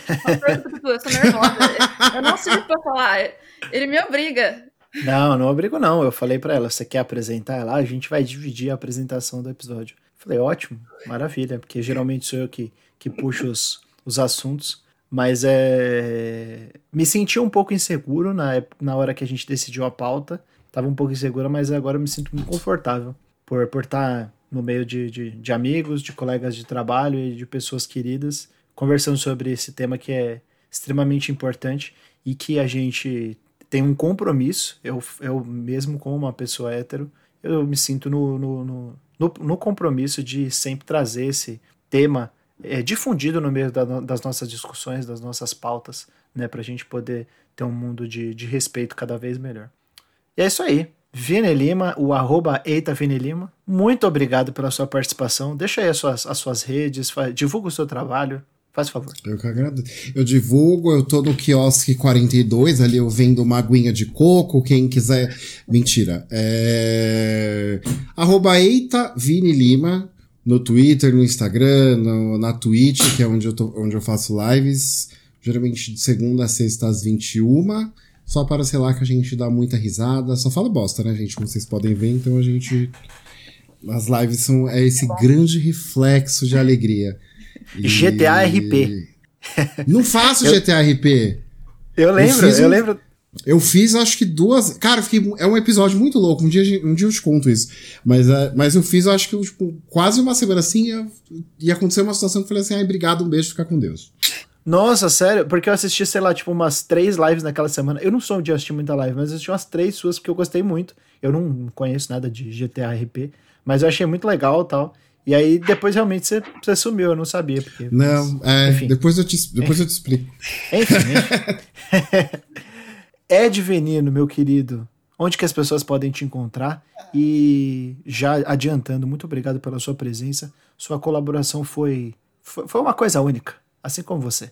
eu sou nervosa. Eu não sirvo pra falar. Ele me obriga. Não, não obrigo não. Eu falei pra ela, você quer apresentar lá? A gente vai dividir a apresentação do episódio. Falei, ótimo, maravilha. Porque geralmente sou eu que, que puxo os, os assuntos. Mas é... me senti um pouco inseguro na, na hora que a gente decidiu a pauta. Tava um pouco insegura, mas agora eu me sinto muito confortável. Por por estar no meio de, de, de amigos, de colegas de trabalho e de pessoas queridas, conversando sobre esse tema que é extremamente importante e que a gente tem um compromisso, eu, eu mesmo como uma pessoa hétero, eu me sinto no, no, no, no, no compromisso de sempre trazer esse tema é, difundido no meio da, das nossas discussões, das nossas pautas, né, pra gente poder ter um mundo de, de respeito cada vez melhor. E é isso aí. Vini Lima, o arroba Eita Vini Lima, muito obrigado pela sua participação. Deixa aí as suas, as suas redes, faz, divulga o seu trabalho, faz favor. Eu que agradeço. Eu divulgo, eu tô no quiosque quarenta e dois, ali eu vendo uma aguinha de coco, quem quiser. Mentira. É... Arroba Eita Vini Lima, no Twitter, no Instagram, no, na Twitch, que é onde eu, tô, onde eu faço lives, geralmente de segunda a sexta às vinte e uma. Só para, sei lá, que a gente dá muita risada. Só fala bosta, né, gente? Como vocês podem ver, então a gente... As lives são é esse grande reflexo de alegria. E... G T A R P. Não faço eu... G T A R P. Eu lembro, eu, eu um... lembro. Eu fiz, acho que duas... Cara, eu fiquei... é um episódio muito louco. Um dia, um dia eu te conto isso. Mas, uh, mas eu fiz, acho que tipo, quase uma semana assim, ia, ia acontecer uma situação que eu falei assim, ai, obrigado, um beijo, fica com Deus. Nossa, sério? Porque eu assisti, sei lá, tipo, umas três lives naquela semana. Eu não sou de assistir muita live, mas eu assisti umas três suas porque eu gostei muito. Eu não conheço nada de G T A R P, mas eu achei muito legal e tal. E aí, depois, realmente, você, você sumiu, eu não sabia. Porque, não, mas, é, enfim. depois eu te, depois eu te explico. Enfim, enfim. Ed Venino, meu querido, onde que as pessoas podem te encontrar? E já adiantando, muito obrigado pela sua presença. Sua colaboração foi, foi, foi uma coisa única, assim como você.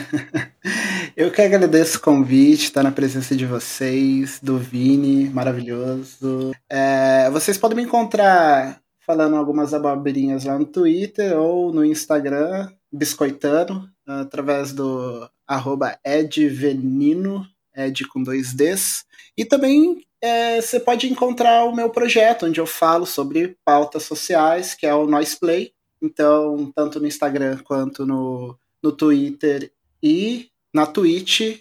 Eu que agradeço o convite, estar na presença de vocês, do Vini, maravilhoso. É, vocês podem me encontrar falando algumas abobrinhas lá no Twitter ou no Instagram, biscoitando, através do arroba edvenino, ed com dois Ds. E também é, você pode encontrar o meu projeto, onde eu falo sobre pautas sociais, que é o Nós Play. Então, tanto no Instagram quanto no, no Twitter e na Twitch,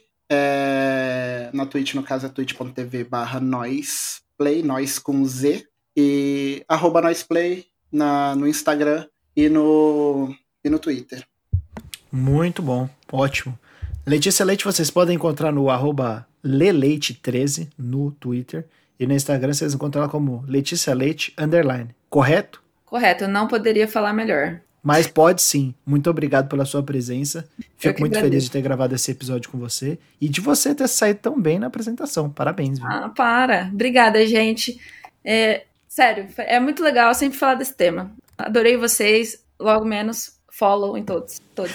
é, na Twitch, no caso é twitch.tv barra noisplay, nós com Z, e arroba noisplay na, no Instagram e no, e no Twitter. Muito bom, ótimo. Letícia Leite vocês podem encontrar no arroba leleite treze no Twitter, e no Instagram vocês encontram ela como Letícia Leite underline, correto? Correto, eu não poderia falar melhor. Mas pode sim. Muito obrigado pela sua presença. Fico muito agradeço. feliz de ter gravado esse episódio com você e de você ter saído tão bem na apresentação. Parabéns, viu? Ah, para. Obrigada, gente. É, sério, é muito legal sempre falar desse tema. Adorei vocês. Logo menos follow em todos. todos.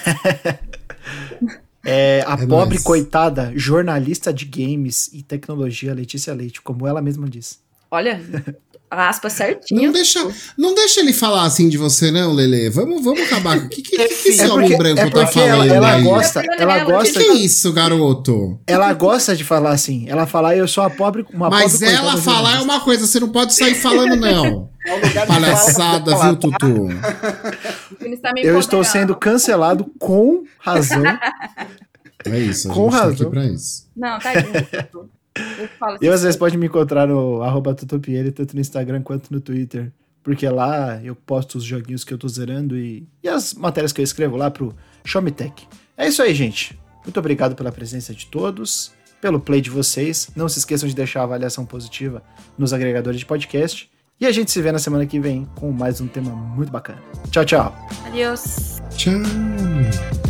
É, a É pobre nóis. coitada jornalista de games e tecnologia Letícia Leite, como ela mesma diz. Olha, aspas certinho. Não deixa, não deixa ele falar assim de você, não, Lelê. Vamos, vamos acabar. O que, que, que, que esse É homem porque- branco é tá porque ela- falando ela aí? gosta- ela O O que, gosta- que é isso, garoto? Ela gosta de falar assim. Ela fala, eu sou a pobre, uma Mas pobre ela coitada falar é jornalista. uma coisa, você não pode sair falando, não. É o lugar de Palhaçada, falar, viu, Tutu? Ele está me Eu estou empoderando. sendo cancelado com razão. É isso, a Com gente tá razão. aqui pra isso. Não, tadinho. Eu falo E assim, às vezes pode me encontrar no arroba tutupiele, tanto no Instagram quanto no Twitter. Porque lá eu posto os joguinhos que eu tô zerando e, e as matérias que eu escrevo lá pro Show Me Tech. É isso aí, gente. Muito obrigado pela presença de todos, pelo play de vocês. Não se esqueçam de deixar a avaliação positiva nos agregadores de podcast. E a gente se vê na semana que vem com mais um tema muito bacana. Tchau, tchau. Adeus. Tchau.